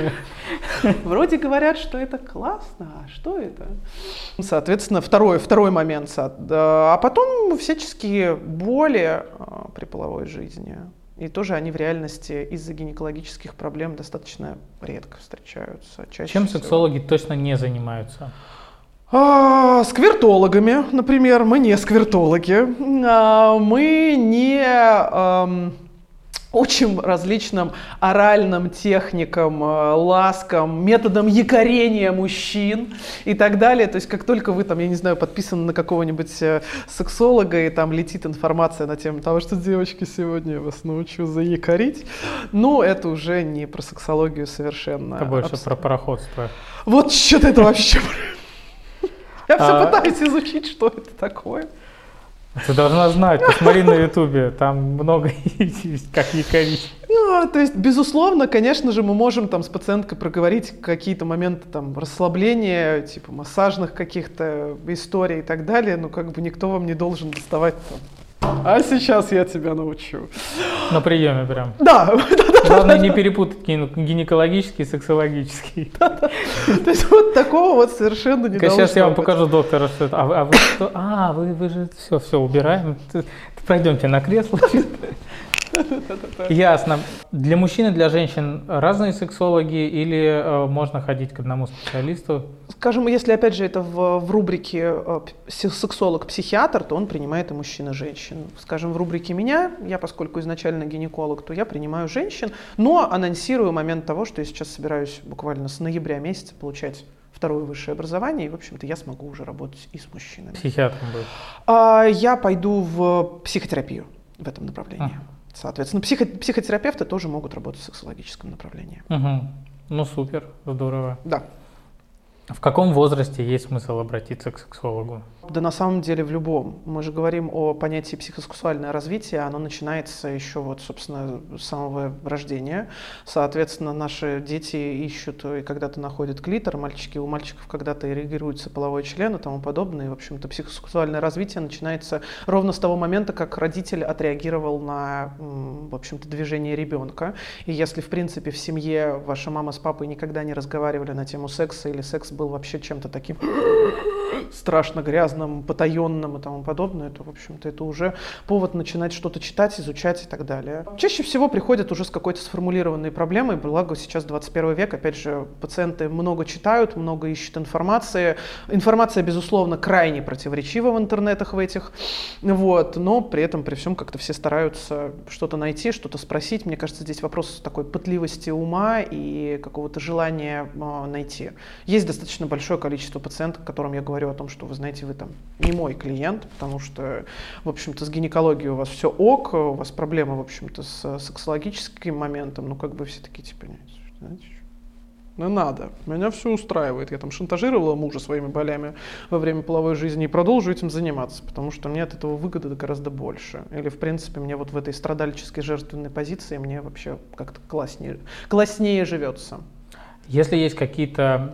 вроде говорят, что это классно, а что это? Соответственно, второй, второй момент. А потом всяческие боли при половой жизни. И тоже они в реальности из-за гинекологических проблем достаточно редко встречаются. Чаще Чем всего. сексологи точно не занимаются? А, сквиртологами, например. Мы не сквиртологи. А, мы не... А, учим различным оральным техникам, ласкам, методам якорения мужчин и так далее. То есть как только вы там, я не знаю, подписаны на какого-нибудь сексолога и там летит информация на тему того, что девочки, сегодня я вас научу заякорить, ну это уже не про сексологию совершенно. Это больше Абс... про пароходство. Вот что-то это вообще... Я все пытаюсь изучить, что это такое. Ты должна знать, посмотри на ютубе, там много есть, как якорить. Ну, то есть, безусловно, конечно же, мы можем там с пациенткой проговорить какие-то моменты там расслабления, типа массажных каких-то историй и так далее, но как бы никто вам не должен доставать там. А сейчас я тебя научу. На приеме прям. Да. Главное не перепутать гинекологический и сексологический. То есть вот такого вот совершенно не должно быть. Сейчас я вам покажу доктора, что это. А вы что? А, вы, вы же все, все убираем. Пройдемте на кресло. Ясно. Для мужчин и для женщин разные сексологи или э, можно ходить к одному специалисту? Скажем, если опять же это в, в рубрике э, сексолог-психиатр, то он принимает и мужчин, и женщин. Скажем, в рубрике меня, я поскольку изначально гинеколог, то я принимаю женщин, но анонсирую момент того, что я сейчас собираюсь буквально с ноября месяца получать второе высшее образование, и, в общем-то, я смогу уже работать и с мужчинами. Психиатром будет? А, я пойду в психотерапию в этом направлении. А. Соответственно, психо- психотерапевты тоже могут работать в сексологическом направлении. Угу. Ну, супер, здорово. Да. В каком возрасте есть смысл обратиться к сексологу? Да на самом деле в любом. Мы же говорим о понятии психосексуальное развитие, оно начинается еще вот, собственно, с самого рождения. Соответственно, наши дети ищут и когда-то находят клитор, мальчики, у мальчиков когда-то эрегируется половой член и тому подобное. И, в общем-то, психосексуальное развитие начинается ровно с того момента, как родитель отреагировал на, в общем-то, движение ребенка. И если, в принципе, в семье ваша мама с папой никогда не разговаривали на тему секса, или секс был вообще чем-то таким страшно грязным, потаенным и тому подобное, то, в общем-то, это уже повод начинать что-то читать, изучать и так далее. Чаще всего приходят уже с какой-то сформулированной проблемой, благо сейчас двадцать первый век, опять же, пациенты много читают, много ищут информации. Информация, безусловно, крайне противоречива в интернетах в этих, вот, но при этом, при всем, как-то все стараются что-то найти, что-то спросить. Мне кажется, здесь вопрос такой пытливости ума и какого-то желания э, найти. Есть достаточно большое количество пациентов, которым я говорю о том, что, вы знаете, вы там не мой клиент, потому что, в общем-то, с гинекологией у вас все ок, у вас проблемы, в общем-то, с сексологическим моментом, ну, как бы все такие, типа, знаете, ну, надо, меня все устраивает, я там шантажировала мужа своими болями во время половой жизни и продолжу этим заниматься, потому что мне от этого выгоды гораздо больше. Или, в принципе, мне вот в этой страдальческой жертвенной позиции мне вообще как-то класснее, класснее живется. Если есть какие-то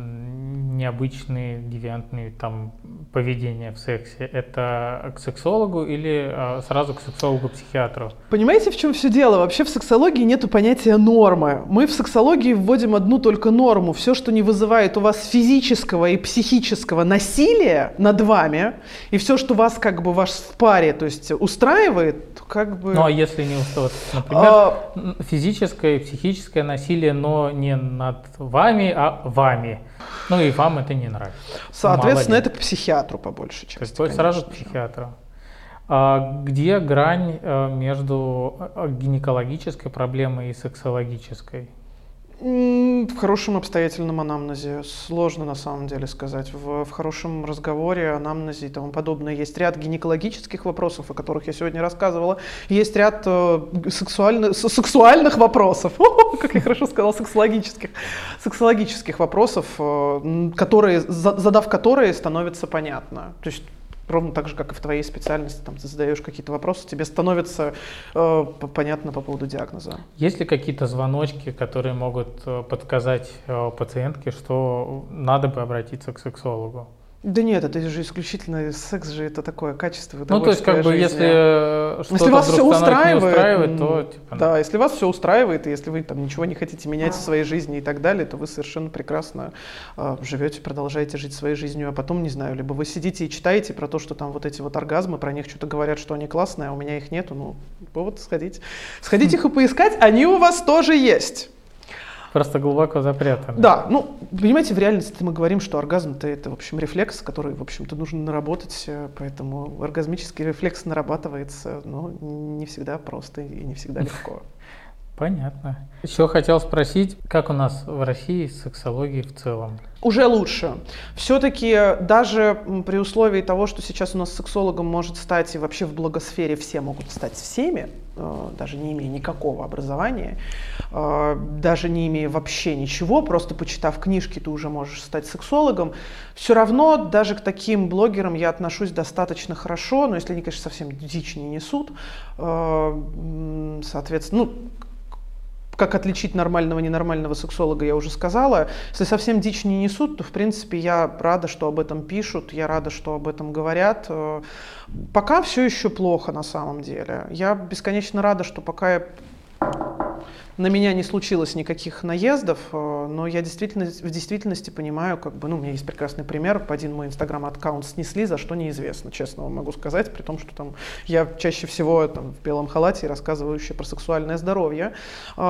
необычные, девиантные там поведения в сексе, это к сексологу или а, сразу к сексологу-психиатру? Понимаете, в чем все дело? Вообще в сексологии нету понятия нормы. Мы в сексологии вводим одну только норму. Все, что не вызывает у вас физического и психического насилия над вами, и все, что вас как бы вас в паре, то есть устраивает, как бы... Ну а если не устраивает, например, а... физическое и психическое насилие, но не над вами, а вами. Ну и вам это не нравится. Соответственно, это к психиатру по большей части. То есть сразу к психиатру. А где грань между гинекологической проблемой и сексологической? В хорошем обстоятельном анамнезе. Сложно на самом деле сказать. В, в хорошем разговоре, анамнезе и тому подобное. Есть ряд гинекологических вопросов, о которых я сегодня рассказывала. Есть ряд э, сексуальных, сексуальных вопросов, как я хорошо сказала, сексологических, сексологических вопросов, э, которые, задав которые, становится понятно. То есть ровно так же, как и в твоей специальности, там ты задаешь какие-то вопросы, тебе становится э, понятно по поводу диагноза. Есть ли какие-то звоночки, которые могут подсказать э, пациентке, что надо бы обратиться к сексологу? Да нет, это же исключительно секс же, это такое качество, ну, то есть, как бы, жизни. если что-то если вас все устраивает, не устраивает, то типа, да, если вас все устраивает, и если вы там ничего не хотите менять в своей жизни и так далее, то вы совершенно прекрасно э, живете, продолжаете жить своей жизнью, а потом, не знаю, либо вы сидите и читаете про то, что там вот эти вот оргазмы, про них что-то говорят, что они классные, а у меня их нету, ну, повод сходить. Сходить их и поискать, они у вас тоже есть. Просто глубоко запрятаны. Да, ну, понимаете, в реальности мы говорим, что оргазм-то это, в общем, рефлекс, который, в общем-то, нужно наработать, поэтому оргазмический рефлекс нарабатывается, но не всегда просто и не всегда легко. Понятно. Еще хотел спросить, как у нас в России с сексологией в целом? Уже лучше. Все-таки даже при условии того, что сейчас у нас сексологом может стать, и вообще в благосфере все могут стать всеми, даже не имея никакого образования, даже не имея вообще ничего, просто почитав книжки, ты уже можешь стать сексологом, все равно даже к таким блогерам я отношусь достаточно хорошо, но если они, конечно, совсем дичь не несут, соответственно, ну, как отличить нормального и ненормального сексолога, я уже сказала. Если совсем дичь не несут, то, в принципе, я рада, что об этом пишут, я рада, что об этом говорят. Пока все еще плохо на самом деле. Я бесконечно рада, что пока я... на меня не случилось никаких наездов, но я действительно, в действительности понимаю, как бы, ну, у меня есть прекрасный пример, один мой инстаграм-аккаунт снесли, за что неизвестно, честно вам могу сказать, при том, что там я чаще всего там, в белом халате рассказывающая про сексуальное здоровье,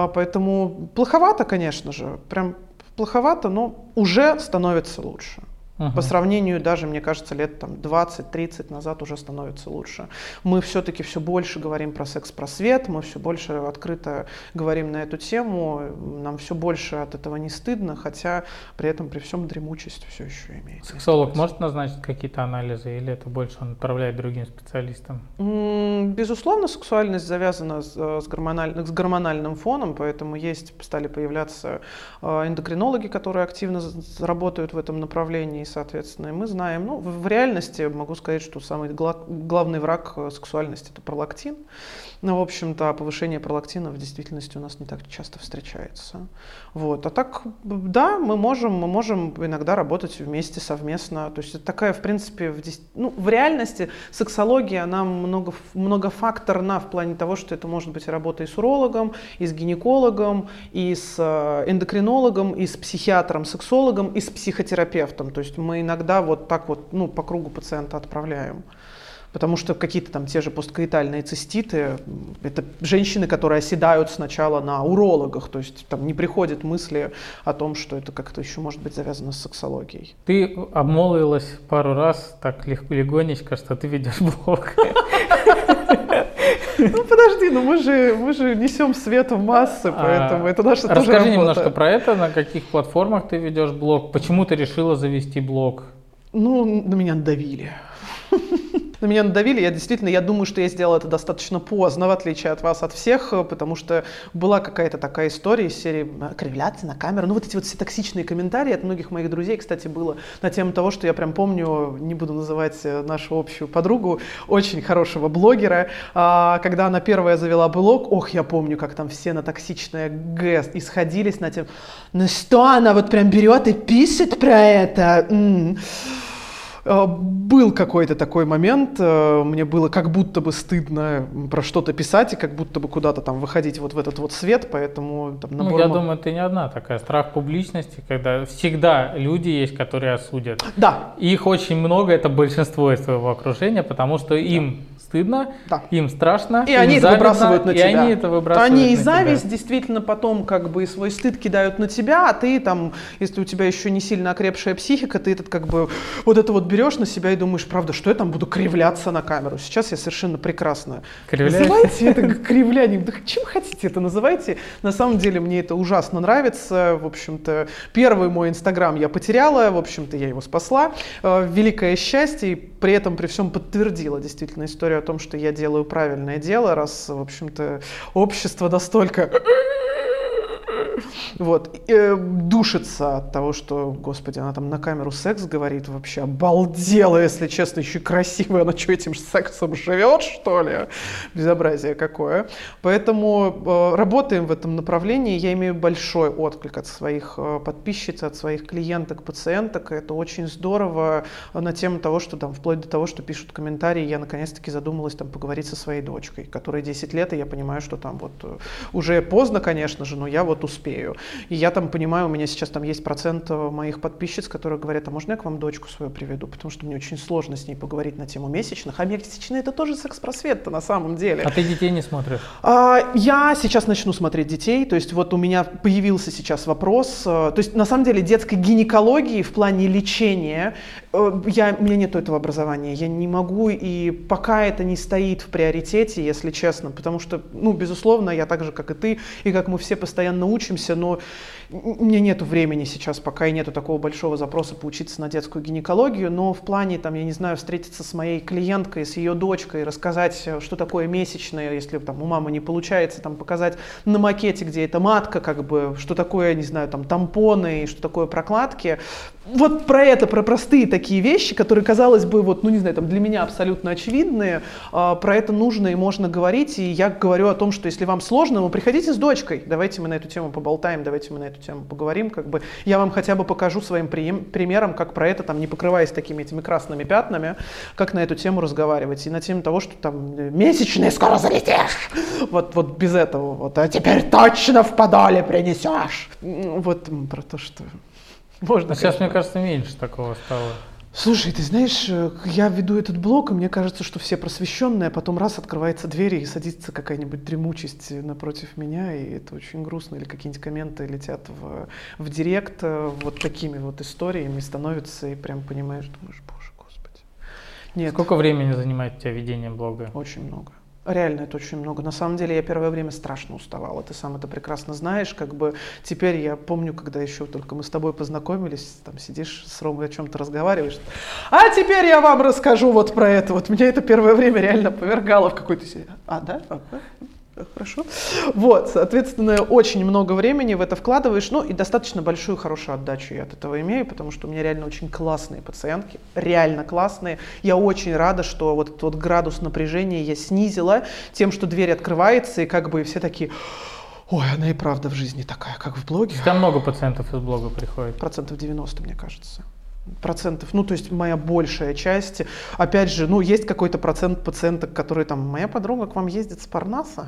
поэтому плоховато, конечно же, прям плоховато, но уже становится лучше. Угу. По сравнению даже, мне кажется, лет там, двадцать-тридцать назад уже становится лучше. Мы все-таки все больше говорим про секс-просвет, мы все больше открыто говорим на эту тему, нам все больше от этого не стыдно, хотя при этом при всем дремучесть все еще имеет. Сексолог может назначить какие-то анализы или это больше он отправляет другим специалистам? Безусловно, сексуальность завязана с, с, гормональ... с гормональным фоном, поэтому есть, стали появляться эндокринологи, которые активно работают в этом направлении. Соответственно, и мы знаем, ну, в, в реальности могу сказать, что самый гла- главный враг сексуальности – это пролактин. Но, в общем-то, повышение пролактина в действительности у нас не так часто встречается. Вот. А так, да, мы можем, мы можем иногда работать вместе, совместно. То есть это такая, в принципе, в, ну, в реальности сексология, она много, многофакторна в плане того, что это может быть работа и с урологом, и с гинекологом, и с эндокринологом, и с психиатром, сексологом, и с психотерапевтом. То есть мы иногда вот так вот, ну, по кругу пациента отправляем. Потому что какие-то там те же посткоитальные циститы, это женщины, которые оседают сначала на урологах, то есть там не приходят мысли о том, что это как-то еще может быть завязано с сексологией. Ты обмолвилась пару раз так легонечко, что ты ведешь блог. Ну подожди, ну мы же, мы же несем свет в массы, поэтому а, это наша тоже работа. Расскажи немножко про это, на каких платформах ты ведешь блог, почему ты решила завести блог? Ну, на меня надавили. На меня надавили, я действительно, я думаю, что я сделала это достаточно поздно, в отличие от вас, от всех, потому что была какая-то такая история из серии кривляться на камеру, ну вот эти вот все токсичные комментарии от многих моих друзей, кстати, было на тему того, что я прям помню, не буду называть нашу общую подругу, очень хорошего блогера, когда она первая завела блог, ох, я помню, как там все на токсичное Г исходились на тему, ну что она вот прям берет и пишет про это, м-м. Был какой-то такой момент, мне было как будто бы стыдно про что-то писать и как будто бы куда-то там выходить вот в этот вот свет, поэтому... Там, ну, я думаю, ты не одна такая. Страх публичности, когда всегда люди есть, которые осудят. Да. Их очень много, это большинство из твоего окружения, потому что им... Да. Стыдно, да. Им страшно, и им они это завидно, выбрасывают на и тебя. они это выбрасывают они и на зависть тебя. Действительно потом как бы свой стыд кидают на тебя, а ты там, если у тебя еще не сильно окрепшая психика, ты этот как бы вот это вот берешь на себя и думаешь, правда, что я там буду кривляться на камеру. Сейчас я совершенно прекрасно. Кривляешься? Называйте это кривлянием, да чем хотите это называйте. На самом деле мне это ужасно нравится. В общем-то, первый мой инстаграм я потеряла, в общем-то, я его спасла. Великое счастье, и при этом при всем подтвердила действительно историю о том, что я делаю правильное дело, раз, в общем-то, общество настолько вот, э, душится от того, что, господи, она там на камеру секс говорит, вообще обалдела, если честно, еще и красивая, она что, этим сексом живет, что ли? Безобразие какое. Поэтому э, работаем в этом направлении, я имею большой отклик от своих э, подписчиц, от своих клиенток, пациенток, это очень здорово на тему того, что там, вплоть до того, что пишут комментарии, я наконец-таки задумалась там поговорить со своей дочкой, которой десять лет, и я понимаю, что там вот уже поздно, конечно же, но я вот успею. И я там понимаю, у меня сейчас там есть процент моих подписчиц, которые говорят, а можно я к вам дочку свою приведу, потому что мне очень сложно с ней поговорить на тему месячных, а месячные это тоже секс-просвет-то на самом деле. А ты детей не смотришь? А, я сейчас начну смотреть детей, то есть вот у меня появился сейчас вопрос, то есть на самом деле детской гинекологии в плане лечения, я, у меня нет этого образования, я не могу, и пока это не стоит в приоритете, если честно, потому что, ну, безусловно, я так же, как и ты, и как мы все постоянно учимся, но у меня нет времени сейчас, пока и нету такого большого запроса поучиться на детскую гинекологию, но в плане, там, я не знаю, встретиться с моей клиенткой, с ее дочкой, рассказать, что такое месячное, если там у мамы не получается, там, показать на макете, где это матка, как бы, что такое, не знаю, там, тампоны, что такое прокладки. Вот про это, про простые такие вещи, которые, казалось бы, вот, ну, не знаю, там, для меня абсолютно очевидные, а, про это нужно и можно говорить, и я говорю о том, что если вам сложно, ну, приходите с дочкой, давайте мы на эту тему поболтаем, давайте мы на эту тему поговорим, как бы, я вам хотя бы покажу своим примером, как про это, там, не покрываясь такими этими красными пятнами, как на эту тему разговаривать, и на тему того, что там месячные скоро залетишь, вот, вот без этого, вот, а теперь точно в подоле принесешь, вот про то, что... Можно, сейчас, мне кажется, меньше такого стало. Слушай, ты знаешь, я веду этот блог, и мне кажется, что все просвещенные, а потом раз открывается дверь и садится какая-нибудь дремучесть напротив меня, и это очень грустно, или какие-нибудь комменты летят в, в директ вот такими вот историями, становятся, и прям понимаешь, думаешь, боже, господи. Нет. Сколько времени занимает у тебя ведение блога? Очень много. Реально, это очень много. На самом деле, я первое время страшно уставала. Ты сам это прекрасно знаешь. Как бы теперь я помню, когда еще только мы с тобой познакомились, там сидишь с Ромой о чем-то разговариваешь. А теперь я вам расскажу вот про это. Вот меня это первое время реально повергало в какой-то... А, да? А, да? Хорошо. Вот, соответственно, очень много времени в это вкладываешь, ну и достаточно большую хорошую отдачу я от этого имею, потому что у меня реально очень классные пациентки, реально классные. Я очень рада, что вот этот вот градус напряжения я снизила тем, что дверь открывается, и как бы все такие: ой, она и правда в жизни такая, как в блоге. Там много пациентов из блога приходит? Процентов девяносто, мне кажется. Процентов, ну, то есть моя большая часть. Опять же, ну, есть какой-то процент пациенток, которые там: моя подруга к вам ездит с Парнаса,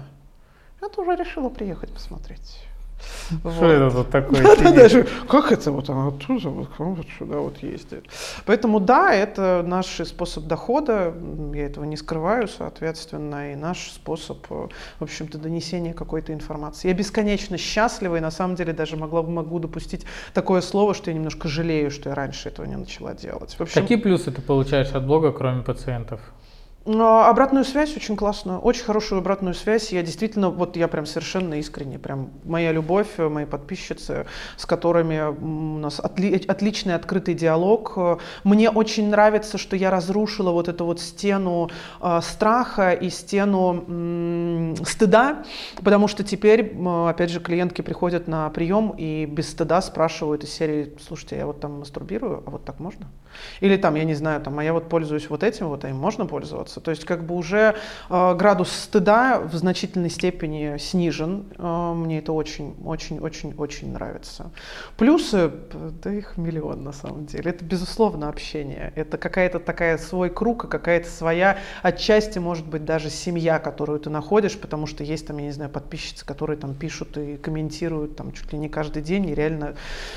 я тоже решила приехать посмотреть. Что Вот. это тут такое? Да, да, даже, как это вот она оттуда вот, вот сюда вот ездит. Поэтому да, это наш способ дохода, я этого не скрываю, соответственно, и наш способ, в общем-то, донесения какой-то информации. Я бесконечно счастлива и на самом деле даже могла, могу допустить такое слово, что я немножко жалею, что я раньше этого не начала делать. В общем, какие плюсы ты получаешь от блога, кроме пациентов? Обратную связь очень классную, очень хорошую обратную связь. Я действительно, вот я прям совершенно искренне, прям моя любовь, мои подписчицы, с которыми у нас отли, отличный открытый диалог. Мне очень нравится, что я разрушила вот эту вот стену э, страха и стену м, стыда, потому что теперь, опять же, клиентки приходят на прием и без стыда спрашивают из серии: слушайте, я вот там мастурбирую, а вот так можно? Или там, я не знаю, там, а я вот пользуюсь вот этим, вот, а им можно пользоваться? То есть как бы уже э, градус стыда в значительной степени снижен. Э, мне это очень-очень-очень-очень нравится. Плюсы, да их миллион на самом деле. Это, безусловно, общение. Это какая-то такая свой круг, какая-то своя, отчасти, может быть, даже семья, которую ты находишь, потому что есть там, я не знаю, подписчицы, которые там пишут и комментируют там чуть ли не каждый день. И реально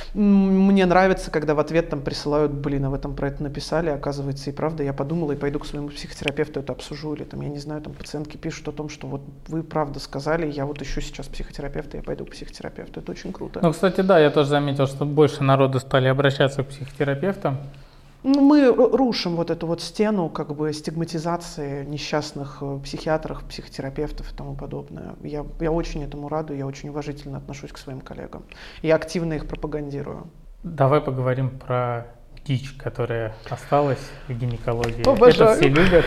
мне нравится, когда в ответ там присылают: блин, а вы там про это написали, оказывается, и правда, я подумала и пойду к своему психотерапевту это обсужу, или там, я не знаю, там пациентки пишут о том, что вот вы правда сказали, я вот ищу сейчас психотерапевта, я пойду к психотерапевту. Это очень круто. Ну, кстати, да, я тоже заметил, что больше народу стали обращаться к психотерапевтам. Ну, мы рушим вот эту вот стену как бы стигматизации несчастных психиатров, психотерапевтов и тому подобное. Я, я очень этому рада, я очень уважительно отношусь к своим коллегам. Я активно их пропагандирую. Давай поговорим про дичь, которая осталась в гинекологии. Обожаю. Это все любят.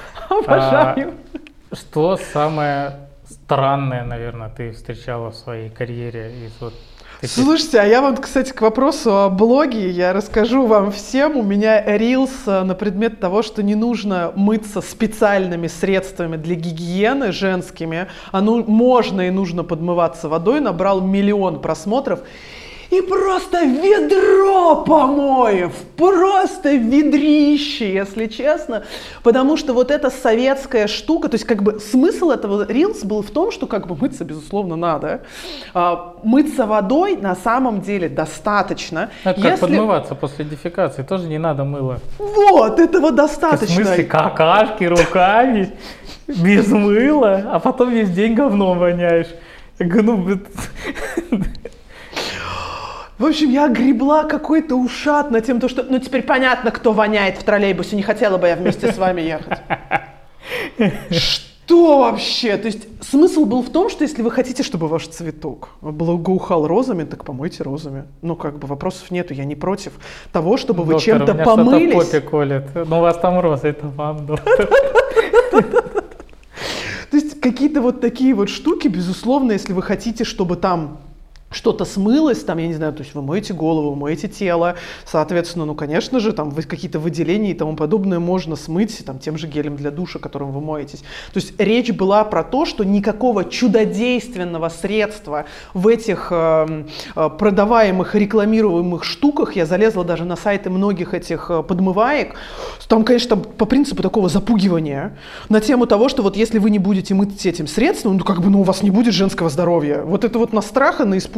Обожаю. А, что самое странное, наверное, ты встречала в своей карьере из вот таких... Слушайте, а я вам, кстати, к вопросу о блоге, я расскажу вам всем. У меня рилс на предмет того, что не нужно мыться специальными средствами для гигиены женскими, а ну, можно и нужно подмываться водой, набрал миллион просмотров. И просто ведро помоев, просто ведрище, если честно, потому что вот эта советская штука, то есть как бы смысл этого рилс был в том, что как бы мыться, безусловно, надо, а, мыться водой на самом деле достаточно. Это если... как подмываться после дефекации, тоже не надо мыла. Вот, этого достаточно. В смысле какашки руками, без мыла, а потом весь день говном воняешь. Я говорю, ну... В общем, я гребла какой-то ушат на тем, что, ну, теперь понятно, кто воняет в троллейбусе, не хотела бы я вместе с вами ехать. Что вообще? То есть смысл был в том, что если вы хотите, чтобы ваш цветок благоухал розами, так помойте розами. Ну, как бы вопросов нету, я не против того, чтобы вы доктор, чем-то у меня помылись. Что-то попе колет. Ну, у вас там розы, это вам, доктор. То есть какие-то вот такие вот штуки, безусловно, если вы хотите, чтобы там что-то смылось, там, я не знаю, то есть вы моете голову, вы моете тело, соответственно, ну, конечно же, там вы какие-то выделения и тому подобное можно смыть там тем же гелем для душа, которым вы моетесь. То есть речь была про то, что никакого чудодейственного средства в этих э, продаваемых, рекламируемых штуках, я залезла даже на сайты многих этих подмываек, там, конечно, по принципу такого запугивания на тему того, что вот если вы не будете мыть этим средством, ну, как бы, ну, у вас не будет женского здоровья. Вот это вот на страх и на испуг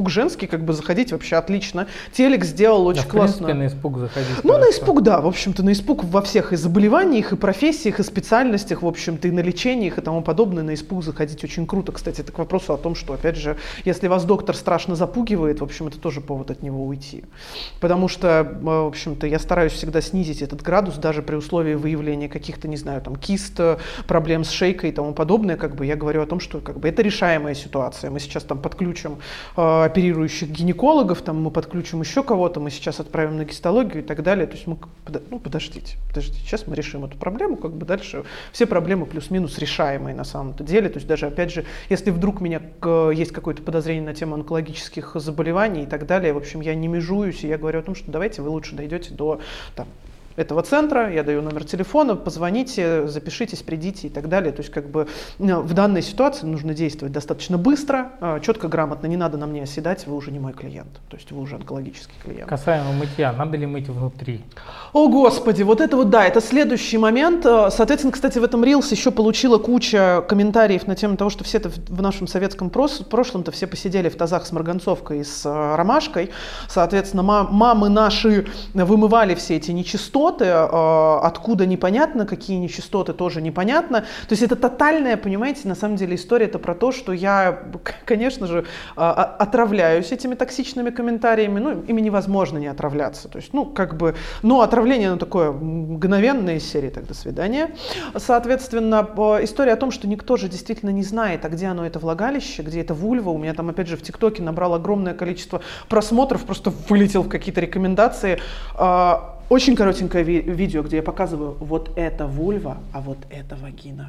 испуг женский, как бы заходить вообще отлично. Телек сделал очень да, классно. В принципе, на испуг заходить. Ну, хорошо. на испуг, да, в общем-то, на испуг во всех и заболеваниях, и профессиях, и специальностях, в общем-то, и на лечениях, и тому подобное. На испуг заходить очень круто. Кстати, это к вопросу о том, что, опять же, если вас доктор страшно запугивает, в общем, это тоже повод от него уйти. Потому что, в общем-то, я стараюсь всегда снизить этот градус, даже при условии выявления каких-то, не знаю, там, кист, проблем с шейкой и тому подобное, как бы я говорю о том, что как бы это решаемая ситуация. Мы сейчас там подключим э, оперирующих гинекологов, там мы подключим еще кого-то, мы сейчас отправим на гистологию и так далее. То есть мы, ну, подождите, подождите, сейчас мы решим эту проблему, как бы дальше все проблемы плюс-минус решаемые на самом-то деле. То есть даже, опять же, если вдруг у меня э, есть какое-то подозрение на тему онкологических заболеваний и так далее, в общем, я не межуюсь, и я говорю о том, что давайте вы лучше дойдете до там, этого центра, я даю номер телефона, позвоните, запишитесь, придите и так далее. То есть как бы в данной ситуации нужно действовать достаточно быстро, четко, грамотно, не надо на мне оседать, вы уже не мой клиент, то есть вы уже онкологический клиент. Касаемо мытья, надо ли мыть внутри? О, Господи, вот это вот, да, это следующий момент. Соответственно, кстати, в этом Reels еще получила куча комментариев на тему того, что все-то в нашем советском прошлом-то все посидели в тазах с марганцовкой и с ромашкой. Соответственно, мамы наши вымывали все эти нечистоты, откуда непонятно, какие нечистоты тоже непонятно. То есть это тотальная, понимаете, на самом деле история это про то, что я, конечно же, отравляюсь этими токсичными комментариями, ну, ими невозможно не отравляться. То есть, ну, как бы, но отравление, оно такое мгновенное из серии, так, до свидания. Соответственно, история о том, что никто же действительно не знает, а где оно, это влагалище, где это вульва. У меня там, опять же, в ТикТоке набрал огромное количество просмотров, просто вылетел в какие-то рекомендации. Очень коротенькое ви- видео, где я показываю, вот это вульва, а вот это вагина.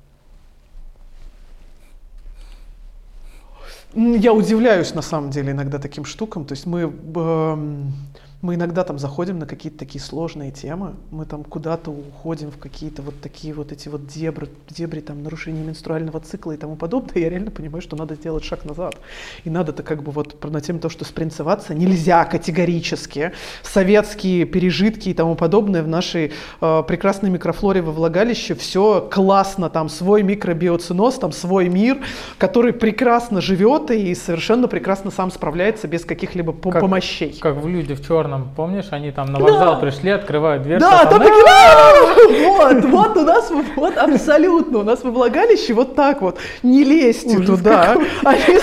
Я удивляюсь на самом деле иногда таким штукам. То есть мы, э, мы иногда там заходим на какие-то такие сложные темы, мы там куда-то уходим в какие-то вот такие вот эти вот дебри, дебри там нарушения менструального цикла и тому подобное. Я реально понимаю, что надо сделать шаг назад. И надо-то как бы вот на тему того, что спринцеваться нельзя категорически. Советские пережитки и тому подобное в нашей э, прекрасной микрофлоре во влагалище, все классно, там свой микробиоциноз, там свой мир, который прекрасно живет и совершенно прекрасно сам справляется без каких-либо как, помощей. Как в «Люди в черном», помнишь, они там на вокзал да. пришли, открывают дверь. Да, там такие, вот, вот у нас, вот абсолютно, у нас во влагалище вот так вот, не лезьте туда. Они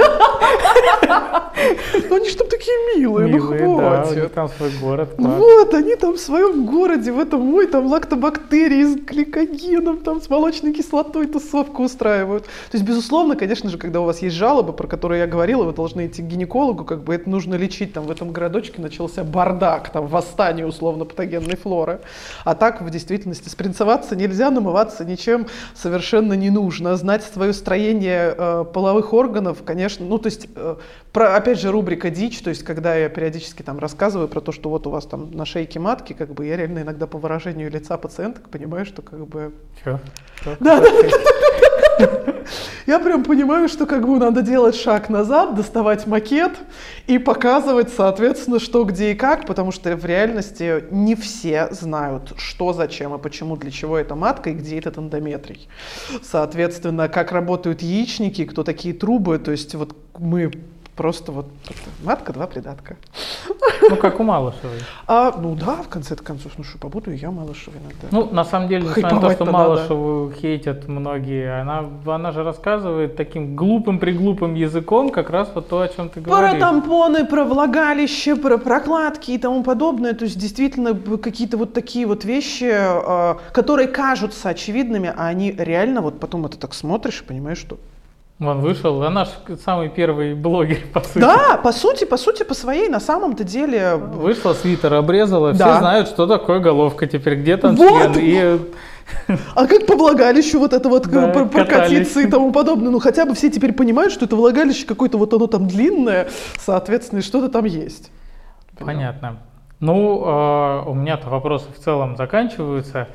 Ну они ж там такие милые, милые, ну да, хватит. у них там свой город. Класс. Вот, они там в своем городе, в этом, ой, там лактобактерии с гликогеном, там с молочной кислотой тусовку устраивают. То есть, безусловно, конечно же, когда у вас есть жалобы, про которые я говорила, вы должны идти к гинекологу, как бы это нужно лечить, там в этом городочке начался бардак, там восстание условно патогенной флоры. А так, в действительности, спринцеваться нельзя, намываться ничем совершенно не нужно. Знать свое строение э, половых органов, конечно, ну то есть, э, про, опять же, рубрика «Дичь», то есть, когда я периодически там рассказываю про то, что вот у вас там на шейке матки, как бы я реально иногда по выражению лица пациенток понимаю, что как бы... Чё? Чё? Да, да, да. Я прям понимаю, что как бы надо делать шаг назад, доставать макет и показывать, соответственно, что, где и как, потому что в реальности не все знают, что, зачем и почему, для чего эта матка и где этот эндометрий. Соответственно, как работают яичники, кто такие трубы, то есть вот мы... Просто вот матка, два придатка. Ну, как у Малышевой. А, ну да, в конце концов, ну что, побуду и я Малышевой иногда. Ну, на самом деле, несмотря на то, что Малышеву надо. Хейтят многие, она, она же рассказывает таким глупым-приглупым языком как раз вот то, о чем ты говоришь. Про тампоны, про влагалище, про прокладки и тому подобное. То есть, действительно, какие-то вот такие вот вещи, которые кажутся очевидными, а они реально, вот потом это так смотришь и понимаешь, что... Он вышел, она же самый первый блогер, по сути. Да, по сути, по сути, по своей, на самом-то деле... Вышла, свитер обрезала, да. Все знают, что такое головка теперь, где там вот, член. И... А как по влагалищу вот это вот да, прокатиться катались. И тому подобное? Ну хотя бы все теперь понимают, что это влагалище какое-то вот оно там длинное, соответственно, и что-то там есть. Понятно. Ну, э, у меня-то вопросы в целом заканчиваются.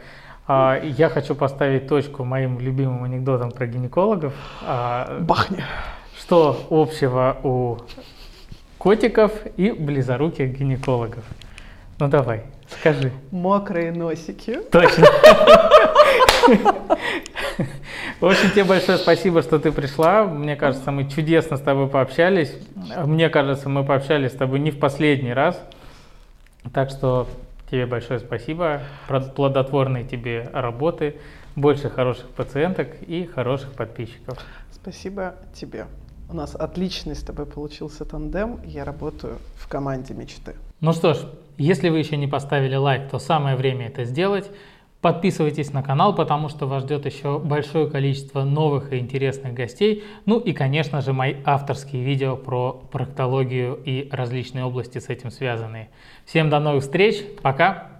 Я хочу поставить точку моим любимым анекдотам про гинекологов. Бахни. Что общего у котиков и близоруких гинекологов? Ну давай. Скажи. Мокрые носики. Точно. В общем, тебе большое спасибо, что ты пришла. Мне кажется, мы чудесно с тобой пообщались. Мне кажется, мы пообщались с тобой не в последний раз. Так что тебе большое спасибо. Плодотворной тебе работы, больше хороших пациенток и хороших подписчиков. Спасибо тебе. У нас отличный с тобой получился тандем. Я работаю в команде мечты. Ну что ж, если вы еще не поставили лайк, то самое время это сделать. Подписывайтесь на канал, потому что вас ждет еще большое количество новых и интересных гостей. Ну и, конечно же, мои авторские видео про проктологию и различные области с этим связанные. Всем до новых встреч. Пока!